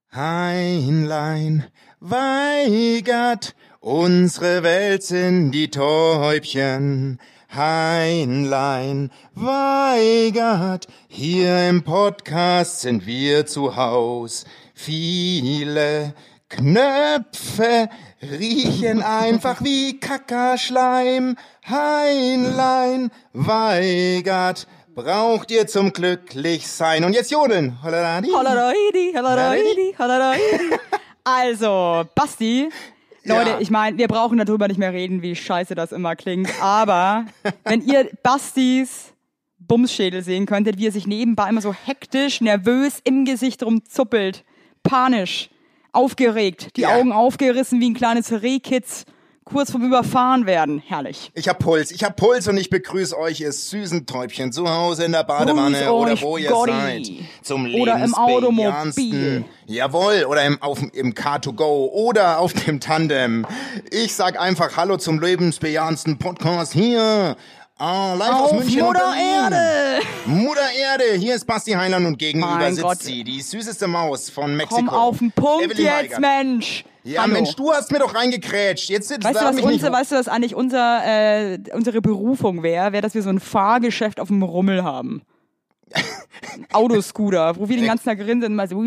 Heinlein weigert, unsere Welt sind die Täubchen. Heinlein weigert, hier im Podcast sind wir zu Haus. Viele Knöpfe riechen einfach wie Kackerschleim. Heinlein weigert, braucht ihr zum Glücklichsein. Und jetzt jodeln. Hollaraidi. Hollaraidi, hollaraidi, hollaraidi. Also, Basti, Leute, Ja. ich meine, wir brauchen darüber nicht mehr reden, wie scheiße das immer klingt. Aber wenn ihr Bastis Bumsschädel sehen könntet, wie er sich nebenbei immer so hektisch, nervös im Gesicht rumzuppelt, panisch, aufgeregt, die Ja. Augen aufgerissen wie ein kleines Rehkitz, kurz vorm Überfahren werden. Herrlich. Ich hab Puls und ich begrüße euch, ihr süßen Täubchen, zu Hause in der Badewanne Grüß oder euch, wo ihr Gotti. seid. Zum Oder im lebensbejahendsten. Automobil. Jawohl, oder im Car2Go oder auf dem Tandem. Ich sag einfach Hallo zum lebensbejahendsten Podcast hier. Live aus Auf München und Mutter Berlin. Erde! Mutter Erde, hier ist Basti Heinlein und gegenüber Mein sitzt Gott. sie, die süßeste Maus von Mexiko. Komm auf den Punkt Evelyn jetzt, Weigert. Mensch! Ja, Hallo. Mensch, du hast mir doch reingekrätscht. Jetzt Weißt du, sag mich nicht. weißt du, was eigentlich unsere Berufung wäre? Wäre, dass wir so ein Fahrgeschäft auf dem Rummel haben. Ein Autoscooter, wo wir den ganzen Tag drin sind und mal so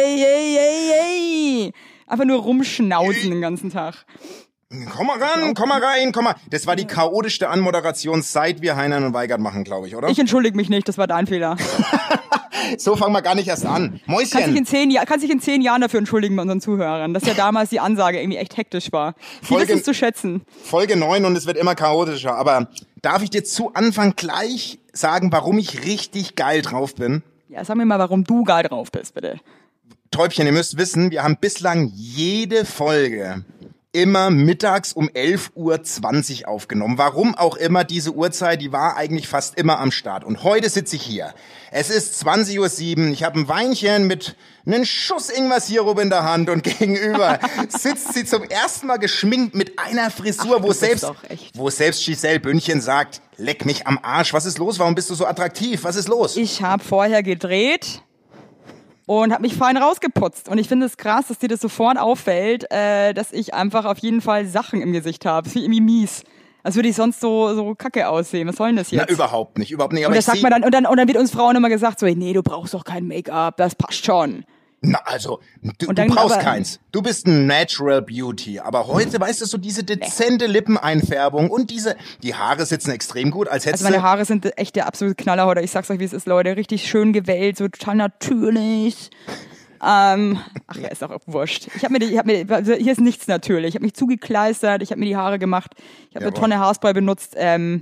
yay. Einfach nur rumschnauzen den ganzen Tag. Komm mal ran, komm mal rein, komm mal. Das war die chaotischste Anmoderation, seit wir Heinlein und Weigert machen, glaube ich, oder? Ich entschuldige mich nicht, das war dein Fehler. So fangen wir gar nicht erst an. Kannst dich Mäuschen. in 10 Jahren dafür entschuldigen bei unseren Zuhörern, dass ja damals die Ansage irgendwie echt hektisch war. Die Folge- wissen es zu schätzen. Folge 9 und es wird immer chaotischer. Aber darf ich dir zu Anfang gleich sagen, warum ich richtig geil drauf bin? Ja, sag mir mal, warum du geil drauf bist, bitte. Täubchen, ihr müsst wissen, wir haben bislang jede Folge immer mittags um 11:20 Uhr aufgenommen. Warum auch immer, diese Uhrzeit, die war eigentlich fast immer am Start. Und heute sitze ich hier. Es ist 20:07 Uhr, ich habe ein Weinchen mit einem Schuss Ingwer-Sirup in der Hand und gegenüber sitzt sie zum ersten Mal geschminkt mit einer Frisur, Ach, du bist doch echt. wo selbst Giselle Bündchen sagt, leck mich am Arsch, was ist los, warum bist du so attraktiv, was ist los? Ich habe vorher gedreht und habe mich fein rausgeputzt. Und ich finde es krass, dass dir das sofort auffällt, dass ich einfach auf jeden Fall Sachen im Gesicht habe. Das finde ich irgendwie mies. Als würde ich sonst so kacke aussehen. Was soll denn das jetzt? Na, überhaupt nicht. Aber und das sagt man dann, und dann wird uns Frauen immer gesagt, so, nee, du brauchst doch kein Make-up, das passt schon. Na, also, du Und dann brauchst aber- keins. Du bist ein Natural Beauty. Aber heute, weißt du, so diese dezente Lippeneinfärbung und die Haare sitzen extrem gut, als hättest Also meine du... Haare sind echt der absolute Knaller heute. Ich sag's euch, wie es ist, Leute. Richtig schön gewellt, so total natürlich. Ach ja, ist auch wurscht. Also hier ist nichts natürlich. Ich habe mich zugekleistert, ich habe mir die Haare gemacht, ich habe eine Jawohl. Tonne Haarspray benutzt.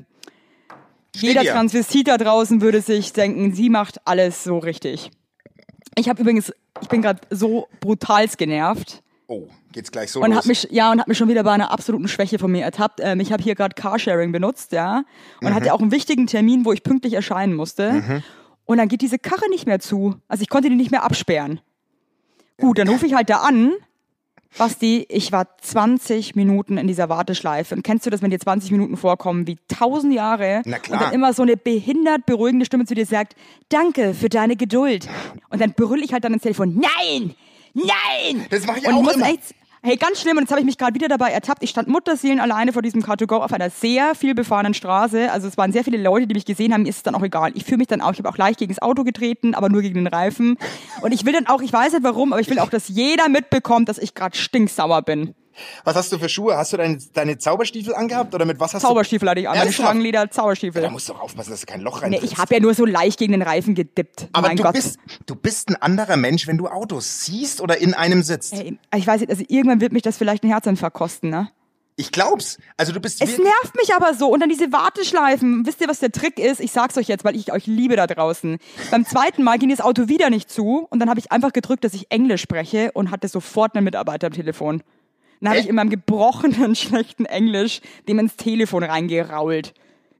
Jeder dir. Transvestit da draußen würde sich denken, sie macht alles so richtig. Ich bin gerade so brutalst genervt. Oh, geht's gleich so Und los. hab mich schon wieder bei einer absoluten Schwäche von mir ertappt. Ich habe hier gerade Carsharing benutzt, ja, und hatte auch einen wichtigen Termin, wo ich pünktlich erscheinen musste. Und dann geht diese Karre nicht mehr zu. Also ich konnte die nicht mehr absperren. Gut, dann rufe ich halt da an. Basti, ich war 20 Minuten in dieser Warteschleife. Und kennst du das, wenn dir 20 Minuten vorkommen wie 1000 Jahre? Na klar. Und dann immer so eine behindert beruhigende Stimme zu dir sagt, danke für deine Geduld. Und dann brülle ich halt dann ins Telefon, nein! Nein! Das mach ich und auch muss immer. echt, hey, ganz schlimm. Und jetzt habe ich mich gerade wieder dabei ertappt. Ich stand Mutterseelen alleine vor diesem Car2Go auf einer sehr viel befahrenen Straße. Also es waren sehr viele Leute, die mich gesehen haben. Mir ist es dann auch egal. Ich fühle mich dann auch, ich habe auch leicht gegen das Auto getreten, aber nur gegen den Reifen. Und ich will dann auch, ich weiß nicht warum, aber ich will auch, dass jeder mitbekommt, dass ich gerade stinksauer bin. Was hast du für Schuhe? Hast du deine Zauberstiefel angehabt oder mit was hast Zauberstiefel hatte ich an, meine Ernsthaft? Schlangenleder, du... Zauberstiefel. Da musst du doch aufpassen, dass du kein Loch Nee, reintrittst. ich habe ja nur so leicht gegen den Reifen gedippt. Aber mein du Gott. bist ein anderer Mensch, wenn du Autos siehst oder in einem sitzt. Ey, ich weiß nicht, also irgendwann wird mich das vielleicht einen Herzinfarkt kosten, ne? Ich glaub's. Also du bist Es nervt mich aber so. Und dann diese Warteschleifen. Wisst ihr, was der Trick ist? Ich sag's euch jetzt, weil ich euch liebe da draußen. Beim zweiten Mal ging das Auto wieder nicht zu. Und dann habe ich einfach gedrückt, dass ich Englisch spreche und hatte sofort einen Mitarbeiter am Telefon. Dann habe ich in meinem gebrochenen, schlechten Englisch dem ins Telefon reingerault.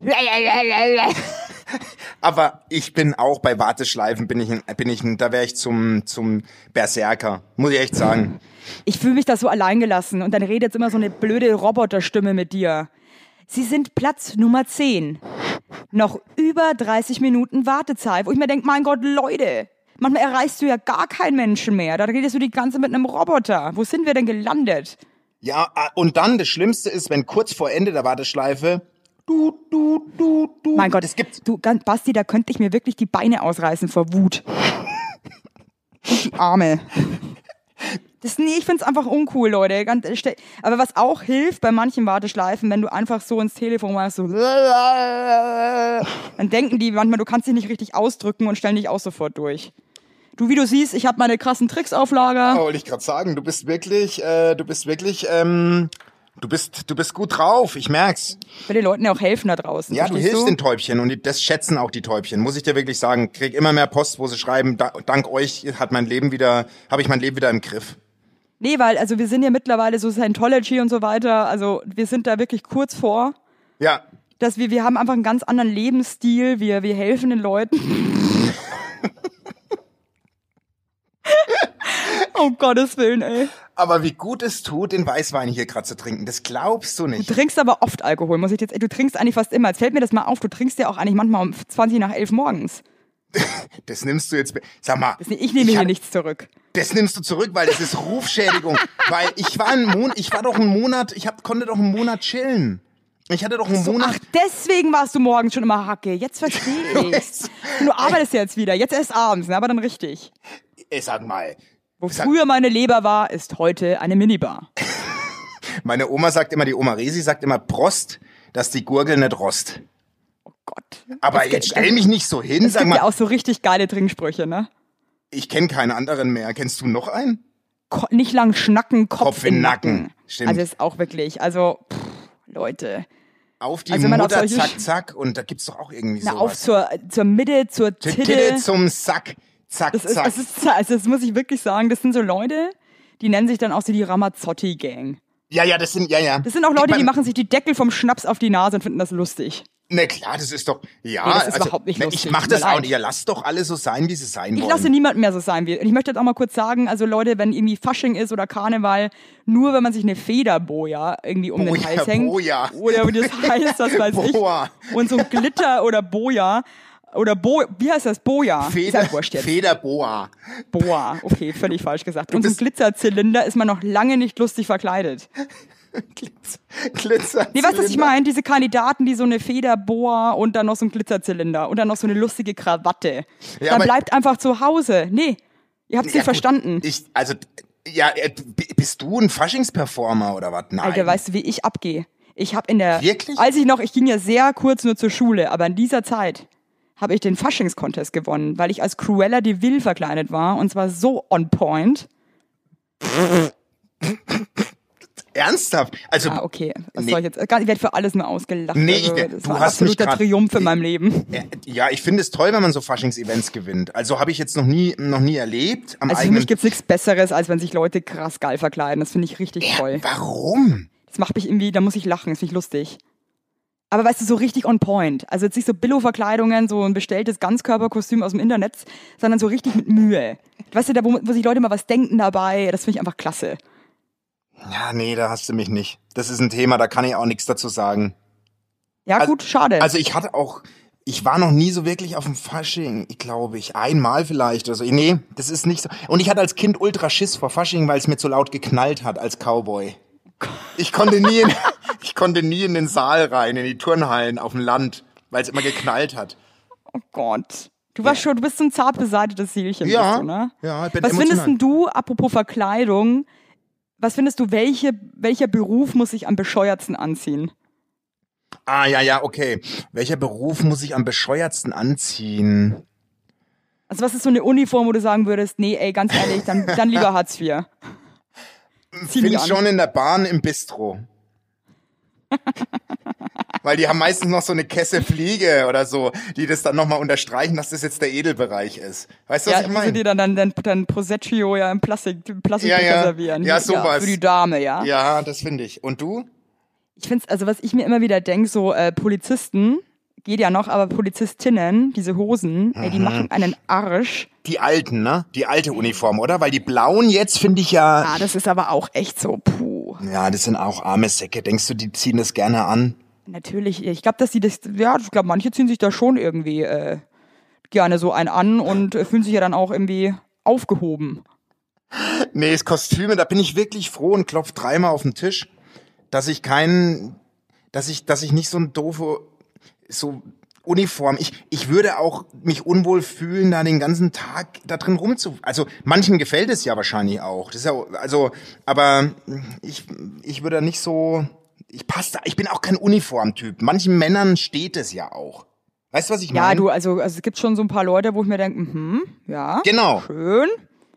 Aber ich bin auch bei Warteschleifen da wäre ich zum Berserker, muss ich echt sagen. Ich fühle mich da so alleingelassen. Und dann redet jetzt immer so eine blöde Roboterstimme mit dir. Sie sind Platz Nummer 10. Noch über 30 Minuten Wartezeit. Wo ich mir denke, mein Gott, Leute, Manchmal erreichst du ja gar keinen Menschen mehr. Da redest du die ganze Zeit mit einem Roboter. Wo sind wir denn gelandet? Ja, und dann das Schlimmste ist, wenn kurz vor Ende der Warteschleife Mein Gott, es gibt Basti, da könnte ich mir wirklich die Beine ausreißen vor Wut. Und die Arme. Ich find's einfach uncool, Leute. Aber was auch hilft bei manchen Warteschleifen, wenn du einfach so ins Telefon machst, so dann denken die manchmal, du kannst dich nicht richtig ausdrücken und stellen dich auch sofort durch. Du, wie du siehst, ich habe meine krassen Tricks auf Lager. Oh, wollte ich gerade sagen, du bist gut drauf, ich merk's. Ich will den Leuten ja auch helfen da draußen. Ja, du hilfst den Täubchen und das schätzen auch die Täubchen, muss ich dir wirklich sagen. Krieg immer mehr Post, wo sie schreiben, dank euch habe ich mein Leben wieder im Griff. Nee, weil, also wir sind ja mittlerweile so Scientology und so weiter, also wir sind da wirklich kurz vor. Ja. Dass wir haben einfach einen ganz anderen Lebensstil, wir helfen den Leuten. Oh Gottes Willen, ey. Aber wie gut es tut, den Weißwein hier gerade zu trinken, das glaubst du nicht. Du trinkst aber oft Alkohol, du trinkst eigentlich fast immer. Jetzt fällt mir das mal auf, du trinkst ja auch eigentlich manchmal um 20 nach 11 morgens. Das nimmst du jetzt, sag mal. Ich nehme hier nichts zurück. Das nimmst du zurück, weil das ist Rufschädigung. Weil ich konnte doch einen Monat chillen. Ich hatte doch einen Monat. Ach, deswegen warst du morgens schon immer Hacke. Jetzt verstehe ich's. Und du arbeitest jetzt wieder. Jetzt erst abends, ne? Aber dann richtig. Sag mal. Wo früher meine Leber war, ist heute eine Minibar. Meine Oma die Oma Resi sagt immer Prost, dass die Gurgel nicht rost. Oh Gott. Aber jetzt stell mich nicht so hin, sag mal. Es gibt ja auch so richtig geile Trinksprüche, ne? Ich kenne keinen anderen mehr. Kennst du noch einen? Nicht lang schnacken, Kopf in Nacken. Stimmt. Also ist auch wirklich, Leute. Auf die Mutter, zack, zack. Und da gibt's doch auch irgendwie sowas. Auf zur Mitte, zur Titte. Zum Sack, zack, zack. Das muss ich wirklich sagen, das sind so Leute, die nennen sich dann auch so die Ramazzotti-Gang. Ja, das sind auch Leute, die machen sich die Deckel vom Schnaps auf die Nase und finden das lustig. Na klar, das ist doch, ja. Nee, das ist überhaupt nicht lustig. Ich mach das auch nicht. Ja, lasst doch alle so sein, wie sie sein wollen. Ich lasse niemanden mehr so sein wie. Und ich möchte jetzt auch mal kurz sagen, also Leute, wenn irgendwie Fasching ist oder Karneval, nur wenn man sich eine Federboja irgendwie um den Hals hängt. Boja. Oder wie das heißt, das weiß Boa. ich. Und so ein Glitter oder Boja. Oder wie heißt das? Boja. Federboa. Boa, okay, völlig falsch gesagt. Und so ein Glitzerzylinder ist man noch lange nicht lustig verkleidet. Glitzer. Nee, weißt du, was ich meine? Diese Kandidaten, die so eine Federboa und dann noch so ein Glitterzylinder und dann noch so eine lustige Krawatte. Ja, dann bleibt einfach zu Hause. Nee, ihr habt's nicht verstanden. Bist du ein Faschingsperformer oder was? Nein. Alter, weißt du, wie ich abgehe? Wirklich? Ich ging ja sehr kurz nur zur Schule, aber in dieser Zeit habe ich den Faschings-Contest gewonnen, weil ich als Cruella de Vil verkleidet war und zwar so on point. Ernsthaft? Also, okay. Was soll ich jetzt? Ich werde für alles nur ausgelacht. Nee, also, das war ein absoluter Triumph in meinem Leben. Ja, ich finde es toll, wenn man so Faschings-Events gewinnt. Also habe ich jetzt noch nie erlebt. Also für mich gibt's nichts Besseres, als wenn sich Leute krass geil verkleiden. Das finde ich richtig toll. Warum? Das macht mich irgendwie, da muss ich lachen, das finde ich lustig. Aber weißt du, so richtig on point. Also jetzt nicht so Billo-Verkleidungen, so ein bestelltes Ganzkörperkostüm aus dem Internet, sondern so richtig mit Mühe. Weißt du, da wo sich Leute mal was denken dabei, das finde ich einfach klasse. Ja, nee, da hast du mich nicht. Das ist ein Thema, da kann ich auch nichts dazu sagen. Ja, gut, schade. Also ich war noch nie so wirklich auf dem Fasching, glaube ich. Einmal vielleicht oder so. Nee, das ist nicht so. Und ich hatte als Kind ultra Schiss vor Fasching, weil es mir zu laut geknallt hat als Cowboy. Ich konnte nie in den Saal rein, in die Turnhallen auf dem Land, weil es immer geknallt hat. Oh Gott. Du bist so ein zart beseitetes Seelchen. Ja, bist du, ne? Ja, ich bin Was emotional. findest denn du, apropos Verkleidung, was findest du, welcher Beruf muss sich am bescheuertsten anziehen? Ah, ja, okay. Welcher Beruf muss ich am bescheuertsten anziehen? Also was ist so eine Uniform, wo du sagen würdest, nee, ey, ganz ehrlich, dann lieber Hartz IV. Finde ich schon in der Bahn im Bistro. Weil die haben meistens noch so eine Kesse Fliege oder so, die das dann nochmal unterstreichen, dass das jetzt der Edelbereich ist. Weißt du, was ich meine? Ja, die dann Prosecco ja im Plastik servieren. Ja, sowas. Ja, für die Dame, ja. Ja, das finde ich. Und du? Ich finde es, also was ich mir immer wieder denke, so Polizisten, geht ja noch, aber Polizistinnen, diese Hosen, ey, die machen einen Arsch. Die alten, ne? Die alte Uniform, oder? Weil die blauen jetzt finde ich ja... Ah, das ist aber auch echt so, puh. Ja, das sind auch arme Säcke. Denkst du, die ziehen das gerne an? Natürlich, ich glaube, manche ziehen sich da schon irgendwie gerne so einen an und fühlen sich ja dann auch irgendwie aufgehoben. Nee, das Kostüme, da bin ich wirklich froh und klopf dreimal auf den Tisch, dass ich nicht so ein doofe, so Uniform. Ich würde auch mich unwohl fühlen, da den ganzen Tag da drin also manchen gefällt es ja wahrscheinlich auch. Das ist ja, also, aber ich würde nicht so, ich bin auch kein Uniformtyp. Manchen Männern steht es ja auch. Weißt du, was ich meine? Ja, du, also es gibt schon so ein paar Leute, wo ich mir denke, ja, genau. Schön.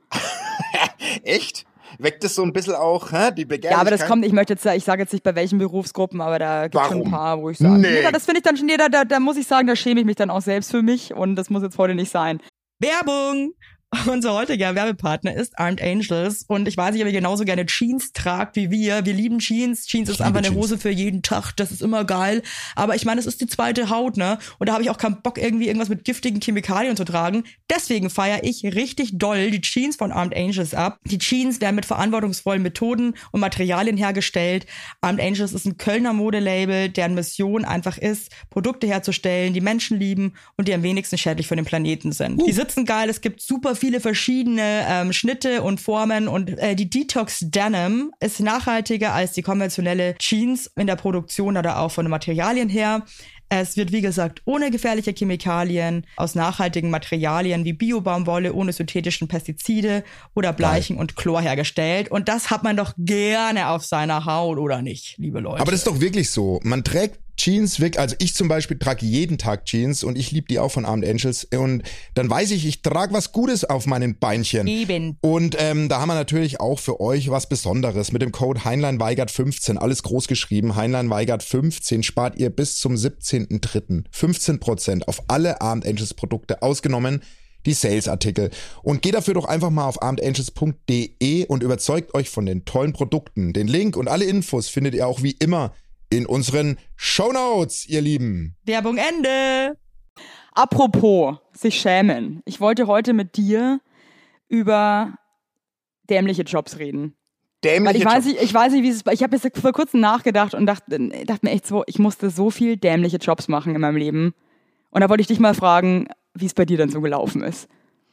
Echt? Weckt es so ein bisschen auch, die Begehrlichkeit? Ja, aber das kommt, ich sage jetzt nicht bei welchen Berufsgruppen, aber da gibt es schon ein paar, wo ich sage, nee, das finde ich dann schon, da muss ich sagen, da schäme ich mich dann auch selbst für mich und das muss jetzt heute nicht sein. Werbung! Unser heutiger Werbepartner ist Armed Angels und ich weiß nicht, ob ihr genauso gerne Jeans tragt wie wir. Wir lieben Jeans. Jeans ist einfach eine Hose für jeden Tag. Das ist immer geil. Aber ich meine, es ist die zweite Haut, ne? Und da habe ich auch keinen Bock, irgendwie irgendwas mit giftigen Chemikalien zu tragen. Deswegen feiere ich richtig doll die Jeans von Armed Angels ab. Die Jeans werden mit verantwortungsvollen Methoden und Materialien hergestellt. Armed Angels ist ein Kölner Modelabel, deren Mission einfach ist, Produkte herzustellen, die Menschen lieben und die am wenigsten schädlich für den Planeten sind. Die sitzen geil. Es gibt super viele verschiedene Schnitte und Formen und die Detox Denim ist nachhaltiger als die konventionelle Jeans in der Produktion oder auch von den Materialien her. Es wird, wie gesagt, ohne gefährliche Chemikalien, aus nachhaltigen Materialien wie Bio-Baumwolle, ohne synthetischen Pestizide oder Bleichen und Chlor hergestellt. Und das hat man doch gerne auf seiner Haut, oder nicht, liebe Leute? Aber das ist doch wirklich so. Man trägt Jeans weg, also ich zum Beispiel trage jeden Tag Jeans und ich liebe die auch von Armed Angels und dann weiß ich trage was Gutes auf meinen Beinchen. Eben. Und da haben wir natürlich auch für euch was Besonderes mit dem Code HeinleinWeigert15, alles groß geschrieben, HeinleinWeigert15 spart ihr bis zum 17.03. 15% auf alle Armed Angels Produkte, ausgenommen die Sales-Artikel. Und geht dafür doch einfach mal auf armedangels.de und überzeugt euch von den tollen Produkten. Den Link und alle Infos findet ihr auch wie immer in unseren Shownotes, ihr Lieben. Werbung Ende. Apropos sich schämen. Ich wollte heute mit dir über dämliche Jobs reden. Weil ich weiß nicht, wie es ist. Ich habe jetzt vor kurzem nachgedacht und dachte mir echt so, ich musste so viel dämliche Jobs machen in meinem Leben. Und da wollte ich dich mal fragen, wie es bei dir dann so gelaufen ist.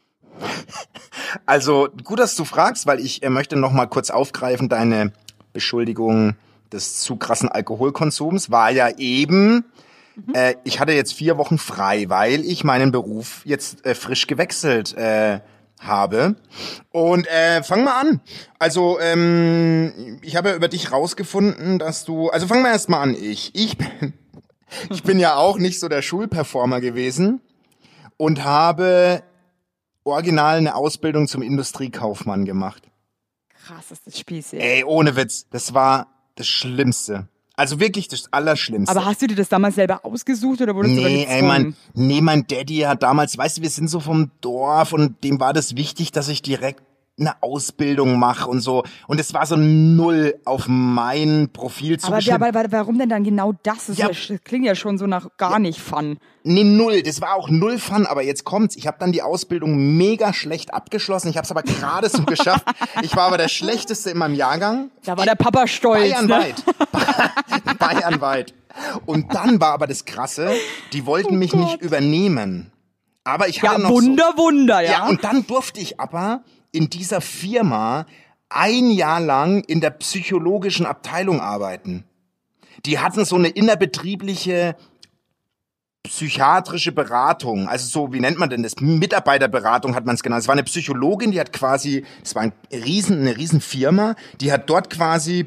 Also gut, dass du fragst, weil ich möchte noch mal kurz aufgreifen, deine Beschuldigung des zu krassen Alkoholkonsums war ja eben, ich hatte jetzt 4 Wochen frei, weil ich meinen Beruf jetzt frisch gewechselt habe. Und fang mal an. Also ich habe ja über dich rausgefunden, dass du, also fangen wir erst mal an. Ich bin ja auch nicht so der Schulperformer gewesen und habe original eine Ausbildung zum Industriekaufmann gemacht. Krass, ist das spießig. Ey, ohne Witz, das war das Schlimmste. Also wirklich das Allerschlimmste. Aber hast du dir das damals selber ausgesucht oder wurdest du da gezwungen? Mein Daddy hat damals, weißt du, wir sind so vom Dorf und dem war das wichtig, dass ich direkt eine Ausbildung mache und so. Und es war so null auf mein Profil zugeschnitten. Aber warum denn dann genau das? Das klingt ja schon so nach gar nicht Fun. Nee, null. Das war auch null Fun. Aber jetzt kommt's. Ich habe dann die Ausbildung mega schlecht abgeschlossen. Ich habe es aber gerade so geschafft. Ich war aber der Schlechteste in meinem Jahrgang. Da war der Papa stolz. Bayernweit. Ne? Bayernweit. Und dann war aber das Krasse, die wollten mich nicht übernehmen. Aber ich hatte noch Wunder, ja. Ja, und dann durfte ich aber in dieser Firma 1 Jahr lang in der psychologischen Abteilung arbeiten. Die hatten so eine innerbetriebliche psychiatrische Beratung, also so, wie nennt man denn das? Mitarbeiterberatung hat man es genannt. Es war eine Psychologin, die hat quasi, es war eine riesen Firma, die hat dort quasi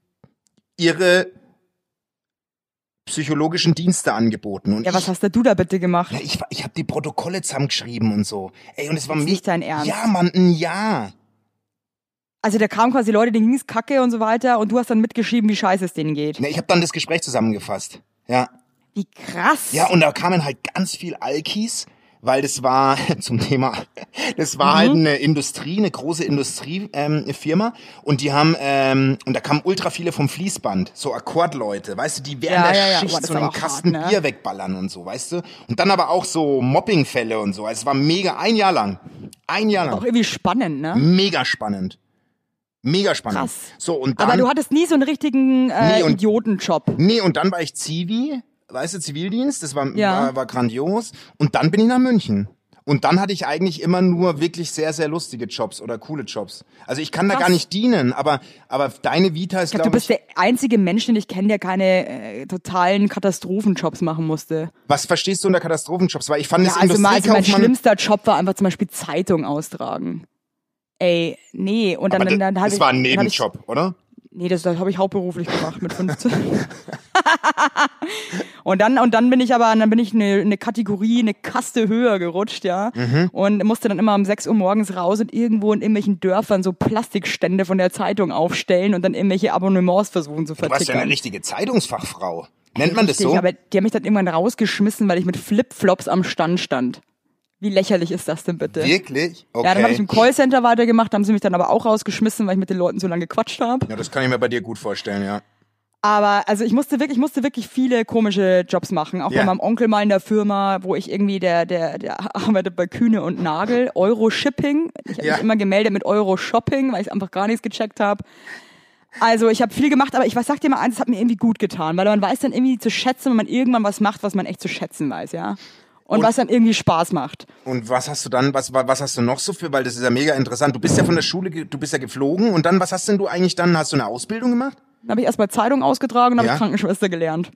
ihre psychologischen Dienste angeboten. Und was hast du da bitte gemacht? Ja, ich habe die Protokolle zusammengeschrieben und so. Ey, und es war nicht dein Ernst. Ja, Mann, ein Jahr. Also da kamen quasi Leute, denen ging's kacke und so weiter und du hast dann mitgeschrieben, wie scheiße es denen geht. Ja, ich habe dann das Gespräch zusammengefasst. Ja. Wie krass. Ja, und da kamen halt ganz viel Alkis, weil das war zum Thema, das war halt eine Industrie, eine große Industriefirma und die haben, und da kamen ultra viele vom Fließband, so Akkordleute, weißt du, die während der Schicht so einen Kasten Bier wegballern und so, weißt du, und dann aber auch so Mobbingfälle und so, also es war mega, 1 Jahr lang. Auch irgendwie spannend, ne? Mega spannend. Krass. So, und dann, aber du hattest nie so einen richtigen Idiotenjob. Nee, und dann war ich Zivi, weißt du, Zivildienst, das war grandios. Und dann bin ich nach München. Und dann hatte ich eigentlich immer nur wirklich sehr, sehr lustige Jobs oder coole Jobs. Also ich kann da Krass. gar nicht dienen, aber deine Vita ist, Ich glaube, du glaube ich, bist der einzige Mensch, den ich kenne, der keine totalen Katastrophenjobs machen musste. was verstehst du unter Katastrophenjobs? Weil ich fand es Also mein Industriekaufmann... schlimmster Job war einfach zum Beispiel Zeitung austragen. Ey, nee. Und dann, aber dann das war ein Nebenjob, oder? Nee, das habe ich hauptberuflich gemacht mit 15. und dann bin ich eine Kategorie, eine Kaste höher gerutscht, ja. Und musste dann immer um 6 Uhr morgens raus und irgendwo in irgendwelchen Dörfern so Plastikstände von der Zeitung aufstellen und dann irgendwelche Abonnements versuchen zu Du warst vertickern. ja eine richtige Zeitungsfachfrau. Nennt man das Richtig, so? aber die haben mich dann irgendwann rausgeschmissen, weil ich mit Flipflops am Stand stand. Wie lächerlich ist das denn bitte? Wirklich? Okay. Ja, dann habe ich im Callcenter weitergemacht, haben sie mich dann aber auch rausgeschmissen, weil ich mit den Leuten so lange gequatscht habe. Ja, das kann ich mir bei dir gut vorstellen, ja. Aber also ich musste wirklich viele komische Jobs machen. Auch Ja. bei meinem Onkel mal in der Firma, wo ich irgendwie, der arbeitet bei Kühne und Nagel, Euro-Shipping. Ich habe Ja. mich immer gemeldet mit Euro-Shopping, weil ich einfach gar nichts gecheckt habe. Also ich habe viel gemacht, aber sag dir mal eins, es hat mir irgendwie gut getan, weil man weiß dann irgendwie zu schätzen, wenn man irgendwann was macht, was man echt zu schätzen weiß, ja. Und was dann irgendwie Spaß macht. Und was hast du dann, was hast du noch so für, weil das ist ja mega interessant. Du bist ja von der Schule, du bist ja geflogen und dann, was hast denn du eigentlich dann, hast du eine Ausbildung gemacht? Dann habe ich erstmal Zeitung ausgetragen und habe Ja. ich Krankenschwester gelernt.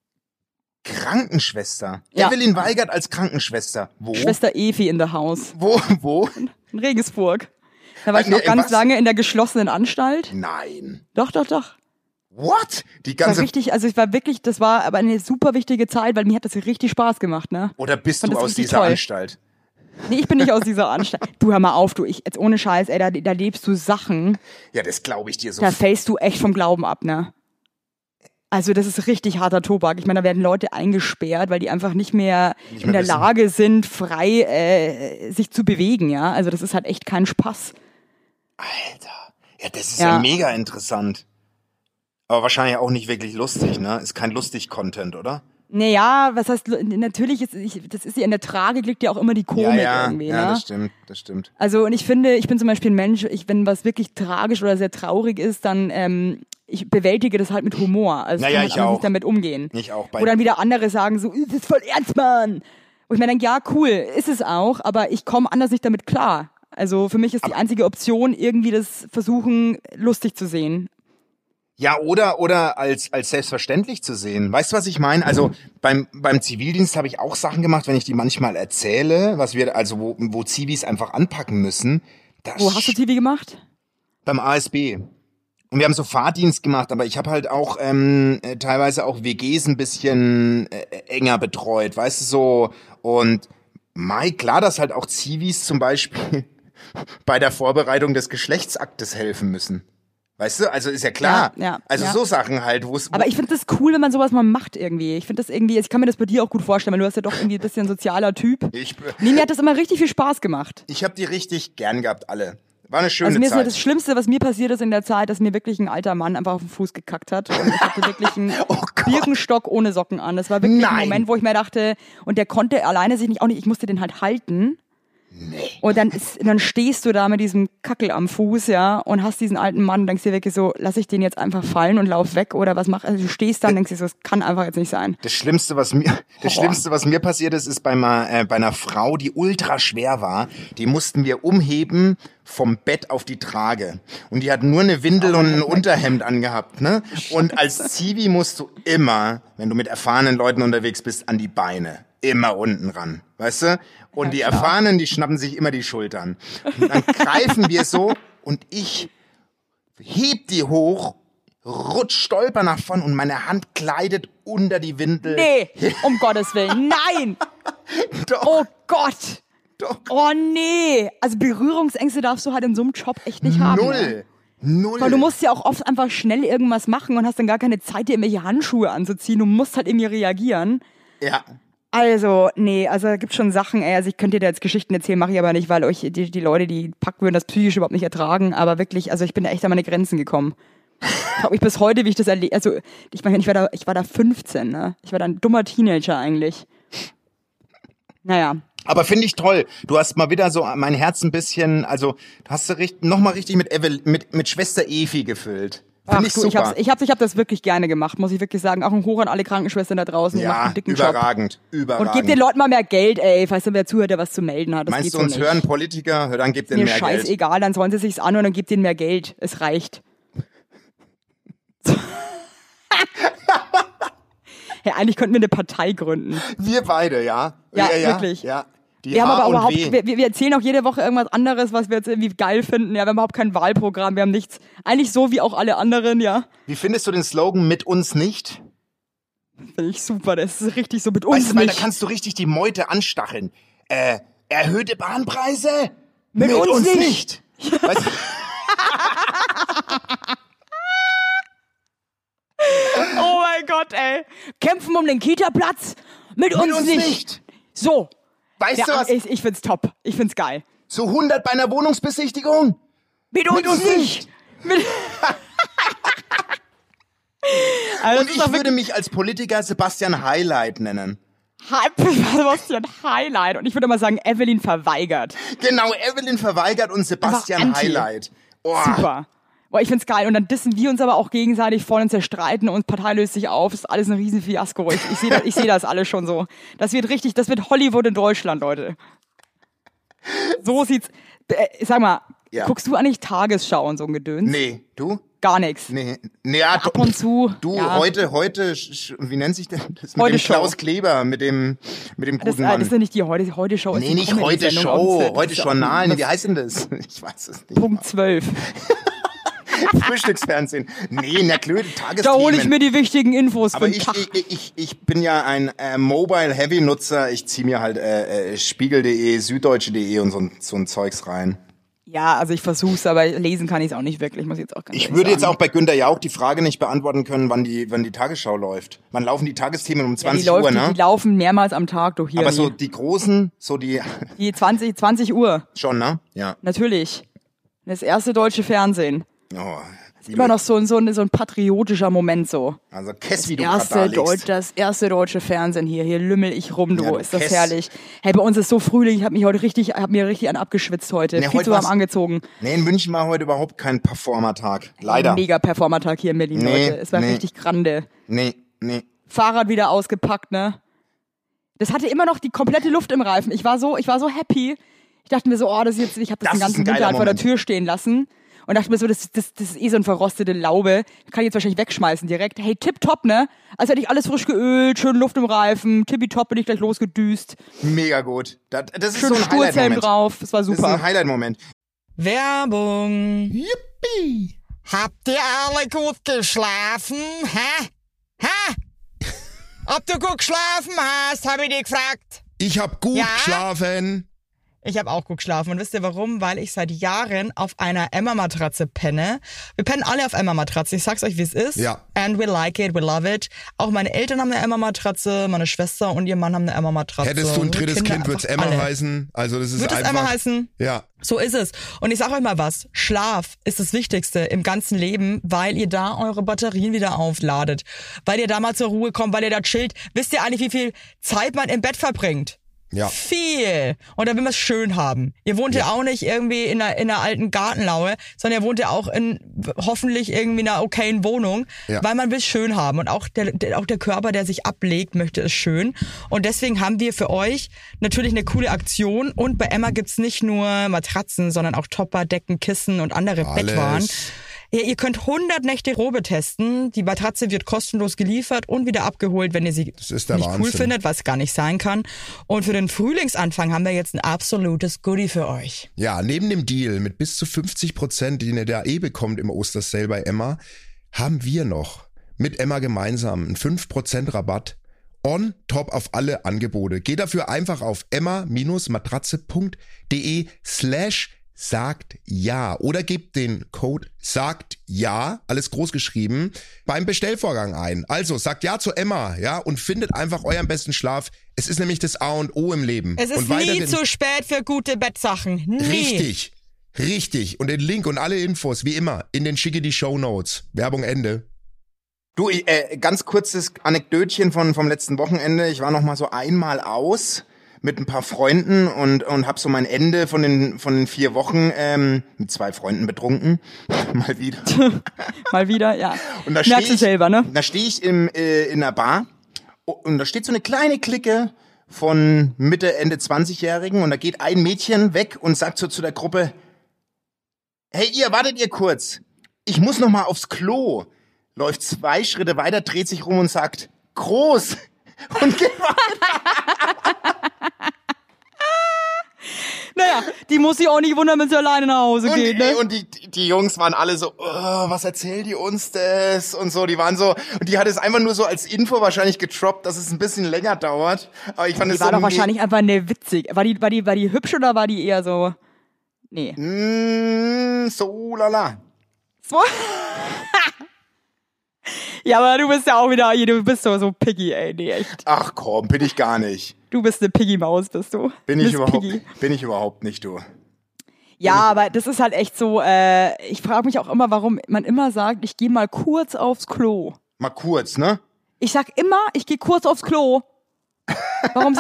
Krankenschwester? Ja. Evelyn Weigert als Krankenschwester. Wo? Schwester Evi in the house. Wo? In Regensburg. Da war ich Nee, noch ganz was? lange in der geschlossenen Anstalt. Nein. Doch. What? Die Das war ganze... richtig, also das war aber eine super wichtige Zeit, weil mir hat das richtig Spaß gemacht, ne? Oder bist fand du das aus richtig dieser toll. Anstalt? Nee, ich bin nicht aus dieser Anstalt. Du, hör mal auf, jetzt ohne Scheiß, ey, da lebst du Sachen, Ja, das glaube ich dir so. da fällst du echt vom Glauben ab, ne? Also das ist richtig harter Tobak. Ich meine, da werden Leute eingesperrt, weil die einfach nicht mehr Nicht in mehr der wissen. Lage sind, frei sich zu bewegen, ja? Also das ist halt echt kein Spaß. Alter. Ja, das ist ja Ja. mega interessant. Aber wahrscheinlich auch nicht wirklich lustig, ne? Ist kein lustig Content, oder? Naja, was heißt, natürlich das ist ja in der Tragik liegt ja auch immer die Komik irgendwie, ja, ne? das stimmt. Also, und ich finde, ich bin zum Beispiel ein Mensch, wenn was wirklich tragisch oder sehr traurig ist, dann, ich bewältige das halt mit Humor. Also, Naja, kann ich man anders auch. nicht damit umgehen. Ich auch. Bei Wo dann wieder andere sagen so, das ist voll ernst, Mann. Wo ich mir denke, ja, cool, ist es auch, aber ich komme anders nicht damit klar. Also, für mich ist die einzige Option, irgendwie das versuchen, lustig zu sehen. Ja, oder als selbstverständlich zu sehen. Weißt du, was ich meine? Also beim Zivildienst habe ich auch Sachen gemacht, wenn ich die manchmal erzähle, wo Zivis einfach anpacken müssen. Wo hast du TV gemacht? Beim ASB. Und wir haben so Fahrdienst gemacht, aber ich habe halt auch teilweise auch WGs ein bisschen enger betreut, weißt du so. Und klar, dass halt auch Zivis zum Beispiel bei der Vorbereitung des Geschlechtsaktes helfen müssen. Weißt du, also ist ja klar. Ja, also ja. so Sachen halt, wo es... Aber ich finde das cool, wenn man sowas mal macht irgendwie. Ich finde das irgendwie, ich kann mir das bei dir auch gut vorstellen, weil du hast ja doch irgendwie ein bisschen ein sozialer Typ. Nee, mir hat das immer richtig viel Spaß gemacht. Ich habe die richtig gern gehabt, alle. War eine schöne Also mir ist ja Zeit. das Schlimmste, was mir passiert ist in der Zeit, dass mir wirklich ein alter Mann einfach auf den Fuß gekackt hat. Und ich hatte wirklich einen Oh Gott. Birkenstock ohne Socken an. Das war wirklich Nein. ein Moment, wo ich mir dachte, und der konnte alleine sich nicht, auch nicht, ich musste den halt halten. Nee. Und dann stehst du da mit diesem Kackel am Fuß, ja, und hast diesen alten Mann und denkst dir wirklich so, lass ich den jetzt einfach fallen und lauf weg oder was mach? Also du stehst da und denkst dir so, das kann einfach jetzt nicht sein. Das Schlimmste, was mir passiert ist bei einer Frau, die ultra schwer war. Die mussten wir umheben vom Bett auf die Trage. Und die hat nur eine Windel und ein Unterhemd angehabt, ne? Und als Zivi musst du immer, wenn du mit erfahrenen Leuten unterwegs bist, an die Beine. Immer unten ran, weißt du? Und Ja, die klar. Erfahrenen, die schnappen sich immer die Schultern. Und dann greifen wir so und ich heb die hoch, rutsch, stolper nach vorn und meine Hand gleitet unter die Windel. Nee, um Gottes Willen, nein! Doch, Oh Gott! doch. Oh nee! Also Berührungsängste darfst du halt in so einem Job echt nicht haben. Ne? Null. Weil du musst ja auch oft einfach schnell irgendwas machen und hast dann gar keine Zeit, dir irgendwelche Handschuhe anzuziehen. Du musst halt irgendwie reagieren. Ja. Also, nee, also da gibt's schon Sachen, ey, also ich könnte dir da jetzt Geschichten erzählen, mache ich aber nicht, weil euch die Leute, die packt würden, das psychisch überhaupt nicht ertragen, aber wirklich, also ich bin da echt an meine Grenzen gekommen. Ich frag mich bis heute, wie ich das erlebe, also ich meine, ich war da 15, ne? Ich war da ein dummer Teenager eigentlich. Naja. Aber finde ich toll. Du hast mal wieder so mein Herz ein bisschen, also hast du nochmal richtig mit Schwester Evi gefüllt. Ach, ich du, super. ich hab das wirklich gerne gemacht, muss ich wirklich sagen. Auch ein Hoch an alle Krankenschwestern da draußen. Ihr macht Ja, einen dicken überragend. Job. Und gebt den Leuten mal mehr Geld, ey. Falls wer zuhört, der was zu melden hat. Das Meinst geht du so uns nicht. hören Politiker? Dann gebt denen Mir mehr Geld. scheißegal, dann sollen sie sich's an und dann gebt denen mehr Geld. Es reicht. Ja, eigentlich könnten wir eine Partei gründen. Wir beide, ja? Ja, wirklich. Ja. Die Wir haben H aber und überhaupt, W. wir erzählen auch jede Woche irgendwas anderes, was wir jetzt irgendwie geil finden. Ja, wir haben überhaupt kein Wahlprogramm, wir haben nichts. Eigentlich so wie auch alle anderen, ja. Wie findest du den Slogan mit uns nicht? Finde ich super, das ist richtig so mit uns Weißt du, weil da nicht. kannst du richtig die Meute anstacheln. Erhöhte Bahnpreise? Mit uns nicht. Weißt du? Oh mein Gott, ey. Kämpfen um den Kita-Platz? Mit uns nicht. So. Weißt du Ja, was? ich find's top. Ich find's geil. So 100 bei einer Wohnungsbesichtigung? Mit uns nicht. Also Und das ist ich würde mich als Politiker Sebastian Highlight nennen. Sebastian Highlight. Und ich würde mal sagen, Evelyn verweigert. Genau, Evelyn verweigert und Sebastian Einfach anti. Highlight. Oh. Super. Boah, ich find's geil. Und dann dissen wir uns aber auch gegenseitig voll und zerstreiten und Partei löst sich auf. Das ist alles ein Riesenfiasko. Ich seh das alles schon so. Das wird Hollywood in Deutschland, Leute. So sieht's. Sag mal, Ja. guckst du eigentlich Tagesschau und so ein Gedöns? Nee, du? Gar nichts. Nee, ja, Ab und zu. Du, ja. heute, wie nennt sich denn das? Mit Heute dem Show. Klaus Kleber, mit dem Das guten Mann. ist ja nicht die heute Show. ist Nee, die nicht heute Comedy-Sendung Show, auf dem heute Set. Das ist ja Journal. auch- Nee, wie heißt denn das? Ich weiß es nicht. Punkt 12. Frühstücksfernsehen. Nee, na blöde Da Tagesthemen. hole ich mir die wichtigen Infos Aber für den Tag. ich bin ja ein Mobile-Heavy-Nutzer. Ich ziehe mir halt Spiegel.de, Süddeutsche.de und so ein Zeugs rein. Ja, also ich versuch's, aber lesen kann ich es auch nicht wirklich, muss ich jetzt auch ganz Ich ehrlich würde jetzt sagen. auch bei Günther Jauch die Frage nicht beantworten können, wann die Tagesschau läuft. Wann laufen die Tagesthemen um 20 ja, Uhr, ne? Die laufen mehrmals am Tag durch hier. Aber so die großen, so die die 20 Uhr, schon, ne? Ja. natürlich. Das erste deutsche Fernsehen. Oh, Immer noch so ein patriotischer Moment so. Also Kess, wie du grad da legst. Das erste deutsche Fernsehen hier lümmel ich rum, du, Ja, du ist das Kess. herrlich. Hey, bei uns ist so Frühling, ich hab mir richtig einen abgeschwitzt heute. Nee, Viel heute zu warm war's- angezogen. Nee, in München war heute überhaupt kein Performer-Tag. Leider. Mega Performer-Tag hier in Berlin, Nee, Leute. Es war nee. richtig grande. Nee. Fahrrad wieder ausgepackt, ne? Das hatte immer noch die komplette Luft im Reifen. Ich war so happy. Ich dachte mir so, oh, ich habe das Das den ist ganzen ein geiler Winter halt vor der Moment. Tür stehen lassen. Und dachte mir so, das ist eh so eine verrostete Laube. Kann ich jetzt wahrscheinlich wegschmeißen direkt. Hey, tipptopp, ne? Als hätte ich alles frisch geölt, schön Luft im Reifen, tippitopp bin ich gleich losgedüst. Mega gut. Das ist Schön so ein Sturzhelm Highlight-Moment. drauf, das war Das ist super. ein Highlight-Moment. Werbung. Yippie! Habt ihr alle gut geschlafen? Hä? Hä? Ob du gut geschlafen hast, habe ich dich gefragt. Ich hab gut Ja? geschlafen. Ich habe auch gut geschlafen. Und wisst ihr warum? Weil ich seit Jahren auf einer Emma-Matratze penne. Wir pennen alle auf Emma-Matratze. Ich sag's euch, wie es ist. Ja. And we like it, we love it. Auch meine Eltern haben eine Emma-Matratze, meine Schwester und ihr Mann haben eine Emma-Matratze. Hättest du ein Unsere drittes Kinder Kind, wird's einfach Emma alle. heißen. Also das ist Wird es einfach. Emma heißen? Ja. So ist es. Und ich sag euch mal was. Schlaf ist das Wichtigste im ganzen Leben, weil ihr da eure Batterien wieder aufladet. Weil ihr da mal zur Ruhe kommt, weil ihr da chillt. Wisst ihr eigentlich, wie viel Zeit man im Bett verbringt? Ja. Viel. Und da will man es schön haben. Ihr wohnt ja auch nicht irgendwie in einer alten Gartenlaue, sondern ihr wohnt ja auch in hoffentlich irgendwie einer okayen Wohnung, Ja. weil man will es schön haben. Und auch der Körper, der sich ablegt, möchte es schön. Und deswegen haben wir für euch natürlich eine coole Aktion. Und bei Emma gibt's nicht nur Matratzen, sondern auch Topper, Decken, Kissen und andere Alles. Bettwaren. Ja, ihr könnt 100 Nächte Probe testen. Die Matratze wird kostenlos geliefert und wieder abgeholt, wenn ihr sie Das ist der nicht cool Wahnsinn. findet, was gar nicht sein kann. Und für den Frühlingsanfang haben wir jetzt ein absolutes Goodie für euch. Ja, neben dem Deal mit bis zu 50%, den ihr da bekommt im Ostersale bei Emma, haben wir noch mit Emma gemeinsam einen 5% Rabatt on top auf alle Angebote. Geht dafür einfach auf emma-matratze.de/sagt ja oder gebt den Code sagt ja, alles groß geschrieben, beim Bestellvorgang ein. Also sagt ja zu Emma, ja, und findet einfach euren besten Schlaf. Es ist nämlich das A und O im Leben. Es ist und nie weiterhin- zu spät für gute Bettsachen. Nie. Richtig. Und den Link und alle Infos, wie immer, in den schicke die Shownotes. Werbung Ende. Du, ganz kurzes Anekdötchen vom letzten Wochenende. Ich war noch mal so einmal aus mit ein paar Freunden und hab so mein Ende von den 4 Wochen mit 2 Freunden betrunken. Mal wieder. Mal wieder, ja. Und da Merkst du selber, ne? Da stehe ich in einer Bar und da steht so eine kleine Clique von Mitte, Ende 20-Jährigen und da geht ein Mädchen weg und sagt so zu der Gruppe, hey ihr, wartet ihr kurz, ich muss noch mal aufs Klo. Läuft 2 Schritte weiter, dreht sich rum und sagt, groß und geht Naja, die muss sich auch nicht wundern, wenn sie alleine nach Hause geht, ne? Und die Jungs waren alle so, was erzählt die uns das? Und so, die waren so, und die hat es einfach nur so als Info wahrscheinlich getroppt, dass es ein bisschen länger dauert. Aber ich fand es Die war doch wahrscheinlich einfach eine witzig. War die hübsch oder war die eher so, nee. So lala. So. Ja, aber du bist ja auch wieder, du bist so Piggy, ey, nee, echt. Ach komm, bin ich gar nicht. Du bist eine Piggy-Maus, bist du. Bin ich überhaupt nicht, du. Ja, aber das ist halt echt so, ich frage mich auch immer, warum man immer sagt, ich gehe mal kurz aufs Klo. Mal kurz, ne? Ich sag immer, ich gehe kurz aufs Klo. Warum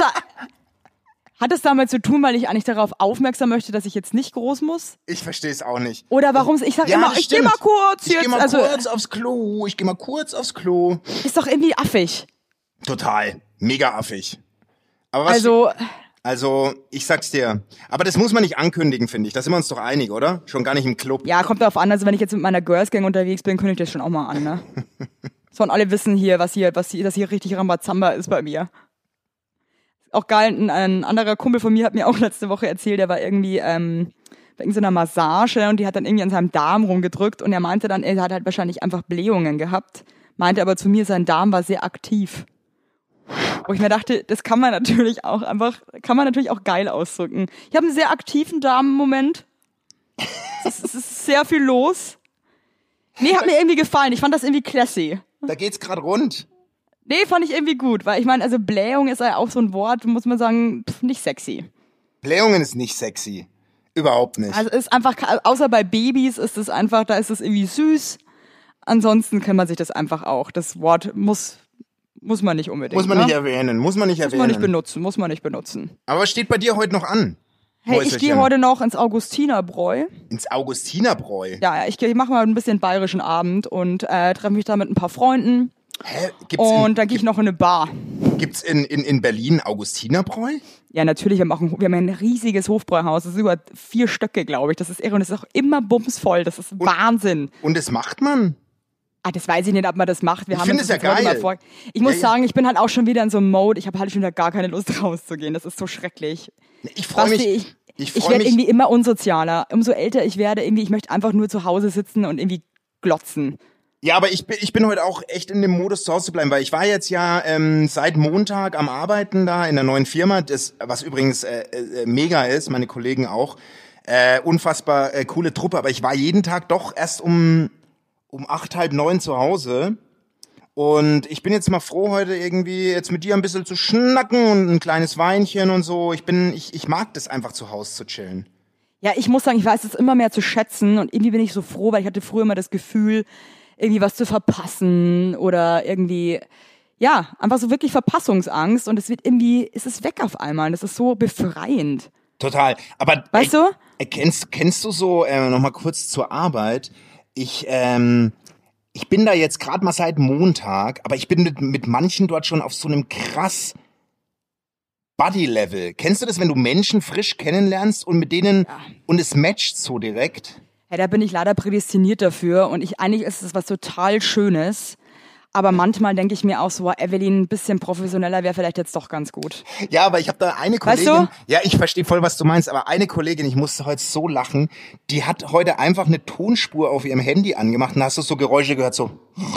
Hat es damit zu tun, weil ich eigentlich darauf aufmerksam möchte, dass ich jetzt nicht groß muss? Ich verstehe es auch nicht. Oder warum, ich sag immer, ich gehe mal kurz jetzt. Ich gehe mal kurz aufs Klo, ich gehe mal kurz aufs Klo. Ist doch irgendwie affig. Total, mega affig. Aber also, ich sag's dir. Aber das muss man nicht ankündigen, finde ich. Da sind wir uns doch einig, oder? Schon gar nicht im Club. Ja, kommt darauf an. Also wenn ich jetzt mit meiner Girls Gang unterwegs bin, kündige ich das schon auch mal an, ne? Sollen alle wissen hier, dass hier richtig Rambazamba ist bei mir. Auch geil, ein anderer Kumpel von mir hat mir auch letzte Woche erzählt, der war irgendwie bei irgendeiner Massage und die hat dann irgendwie an seinem Darm rumgedrückt und er meinte dann, er hat halt wahrscheinlich einfach Blähungen gehabt. Meinte aber zu mir, sein Darm war sehr aktiv. Wo ich mir dachte, das kann man natürlich auch geil ausdrücken. Ich habe einen sehr aktiven Darm im Moment. Es ist sehr viel los. Nee, hat mir irgendwie gefallen. Ich fand das irgendwie classy. Da geht's gerade rund. Nee, fand ich irgendwie gut, weil ich meine, also Blähung ist ja auch so ein Wort, muss man sagen, nicht sexy. Blähungen ist nicht sexy. Überhaupt nicht. Also ist einfach, außer bei Babys ist es einfach, da ist es irgendwie süß. Ansonsten kann man sich das einfach auch. Das Wort muss man nicht unbedingt. Muss man nicht erwähnen. Muss man nicht benutzen. Aber was steht bei dir heute noch an? Hey, ich gehe heute noch ins Augustinerbräu. Ins Augustinerbräu? Ja, ich mache mal ein bisschen bayerischen Abend und treffe mich da mit ein paar Freunden. Hä? Dann gehe ich noch in eine Bar. Gibt's in Berlin Augustinerbräu? Ja, natürlich. Wir haben ein riesiges Hofbräuhaus. Das ist über 4 Stöcke, glaube ich. Das ist irre und es ist auch immer bumsvoll. Das ist Wahnsinn. Und das macht man? Das weiß ich nicht, ob man das macht. Ich finde es ja geil. Ich muss sagen, ich bin halt auch schon wieder in so einem Mode. Ich habe halt schon wieder gar keine Lust rauszugehen. Das ist so schrecklich. Ich freue mich. Ich werde irgendwie immer unsozialer. Umso älter ich werde, ich möchte einfach nur zu Hause sitzen und irgendwie glotzen. Ja, aber ich bin heute auch echt in dem Modus, zu Hause zu bleiben, weil ich war jetzt ja seit Montag am Arbeiten da in der neuen Firma, was übrigens mega ist, meine Kollegen auch. Unfassbar coole Truppe, aber ich war jeden Tag doch erst um 8, halb 9 zu Hause. Und ich bin jetzt mal froh, heute irgendwie jetzt mit dir ein bisschen zu schnacken und ein kleines Weinchen und so. Ich mag das einfach, zu Hause zu chillen. Ja, ich muss sagen, ich weiß es immer mehr zu schätzen und irgendwie bin ich so froh, weil ich hatte früher immer das Gefühl, irgendwie was zu verpassen oder irgendwie, ja, einfach so wirklich Verpassungsangst und es ist weg auf einmal. Das ist so befreiend. Total. Aber weißt du? Kennst du so, nochmal kurz zur Arbeit, ich bin da jetzt gerade mal seit Montag, aber ich bin mit manchen dort schon auf so einem krass Buddy-Level. Kennst du das, wenn du Menschen frisch kennenlernst und mit denen, und es matcht so direkt? Ja, da bin ich leider prädestiniert dafür und eigentlich ist es was total Schönes. Aber manchmal denke ich mir auch so, Evelyn, ein bisschen professioneller wäre vielleicht jetzt doch ganz gut. Ja, aber ich habe da eine Kollegin, weißt du? Ja, ich verstehe voll, was du meinst, aber eine Kollegin, ich musste heute so lachen, die hat heute einfach eine Tonspur auf ihrem Handy angemacht und hast du so Geräusche gehört, so.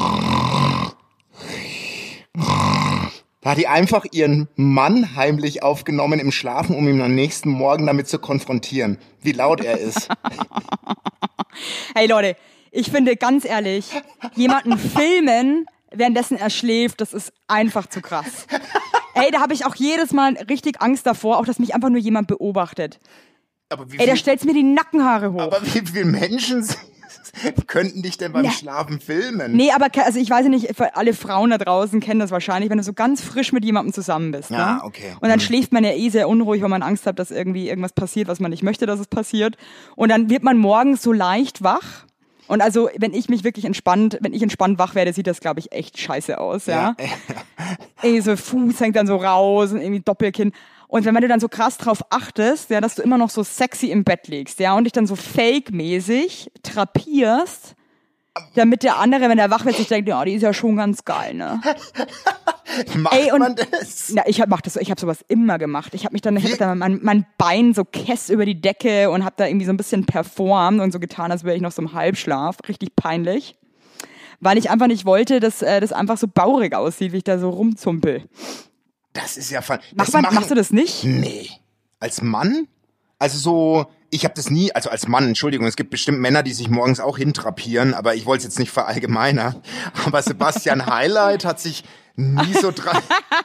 Da hat die einfach ihren Mann heimlich aufgenommen im Schlafen, um ihn am nächsten Morgen damit zu konfrontieren, wie laut er ist. Hey Leute, ich finde ganz ehrlich, jemanden filmen, währenddessen er schläft, das ist einfach zu krass. Ey, da habe ich auch jedes Mal richtig Angst davor, auch dass mich einfach nur jemand beobachtet. Aber da stellt's mir die Nackenhaare hoch. Aber wie viele Menschen könnten dich denn beim Schlafen filmen? Nee, aber also ich weiß nicht, für alle Frauen da draußen kennen das wahrscheinlich, wenn du so ganz frisch mit jemandem zusammen bist. Ja, ne? okay. Und dann schläft man ja sehr unruhig, weil man Angst hat, dass irgendwie irgendwas passiert, was man nicht möchte, dass es passiert. Und dann wird man morgens so leicht wach. Und also, wenn ich entspannt wach werde, sieht das, glaube ich, echt scheiße aus, ja. Ey, so Fuß hängt dann so raus und irgendwie Doppelkinn. Und wenn du dann so krass drauf achtest, ja, dass du immer noch so sexy im Bett liegst, ja, und dich dann so fake-mäßig trapierst, damit der andere, wenn er wach wird, sich denkt, ja, die ist ja schon ganz geil, ne? Macht man das? Ja, ich habe sowas immer gemacht. Ich habe dann mein Bein so über die Decke und habe da irgendwie so ein bisschen performt und so getan, als wäre ich noch so im Halbschlaf. Richtig peinlich. Weil ich einfach nicht wollte, dass das einfach so baurig aussieht, wie ich da so rumzumpel. Das ist ja Machst du das nicht? Nee. Als Mann? Also so, ich habe das nie, also als Mann, Entschuldigung, es gibt bestimmt Männer, die sich morgens auch hintrapieren, aber ich wollte es jetzt nicht verallgemeinern. Aber Sebastian Highlight hat sich nie so dran...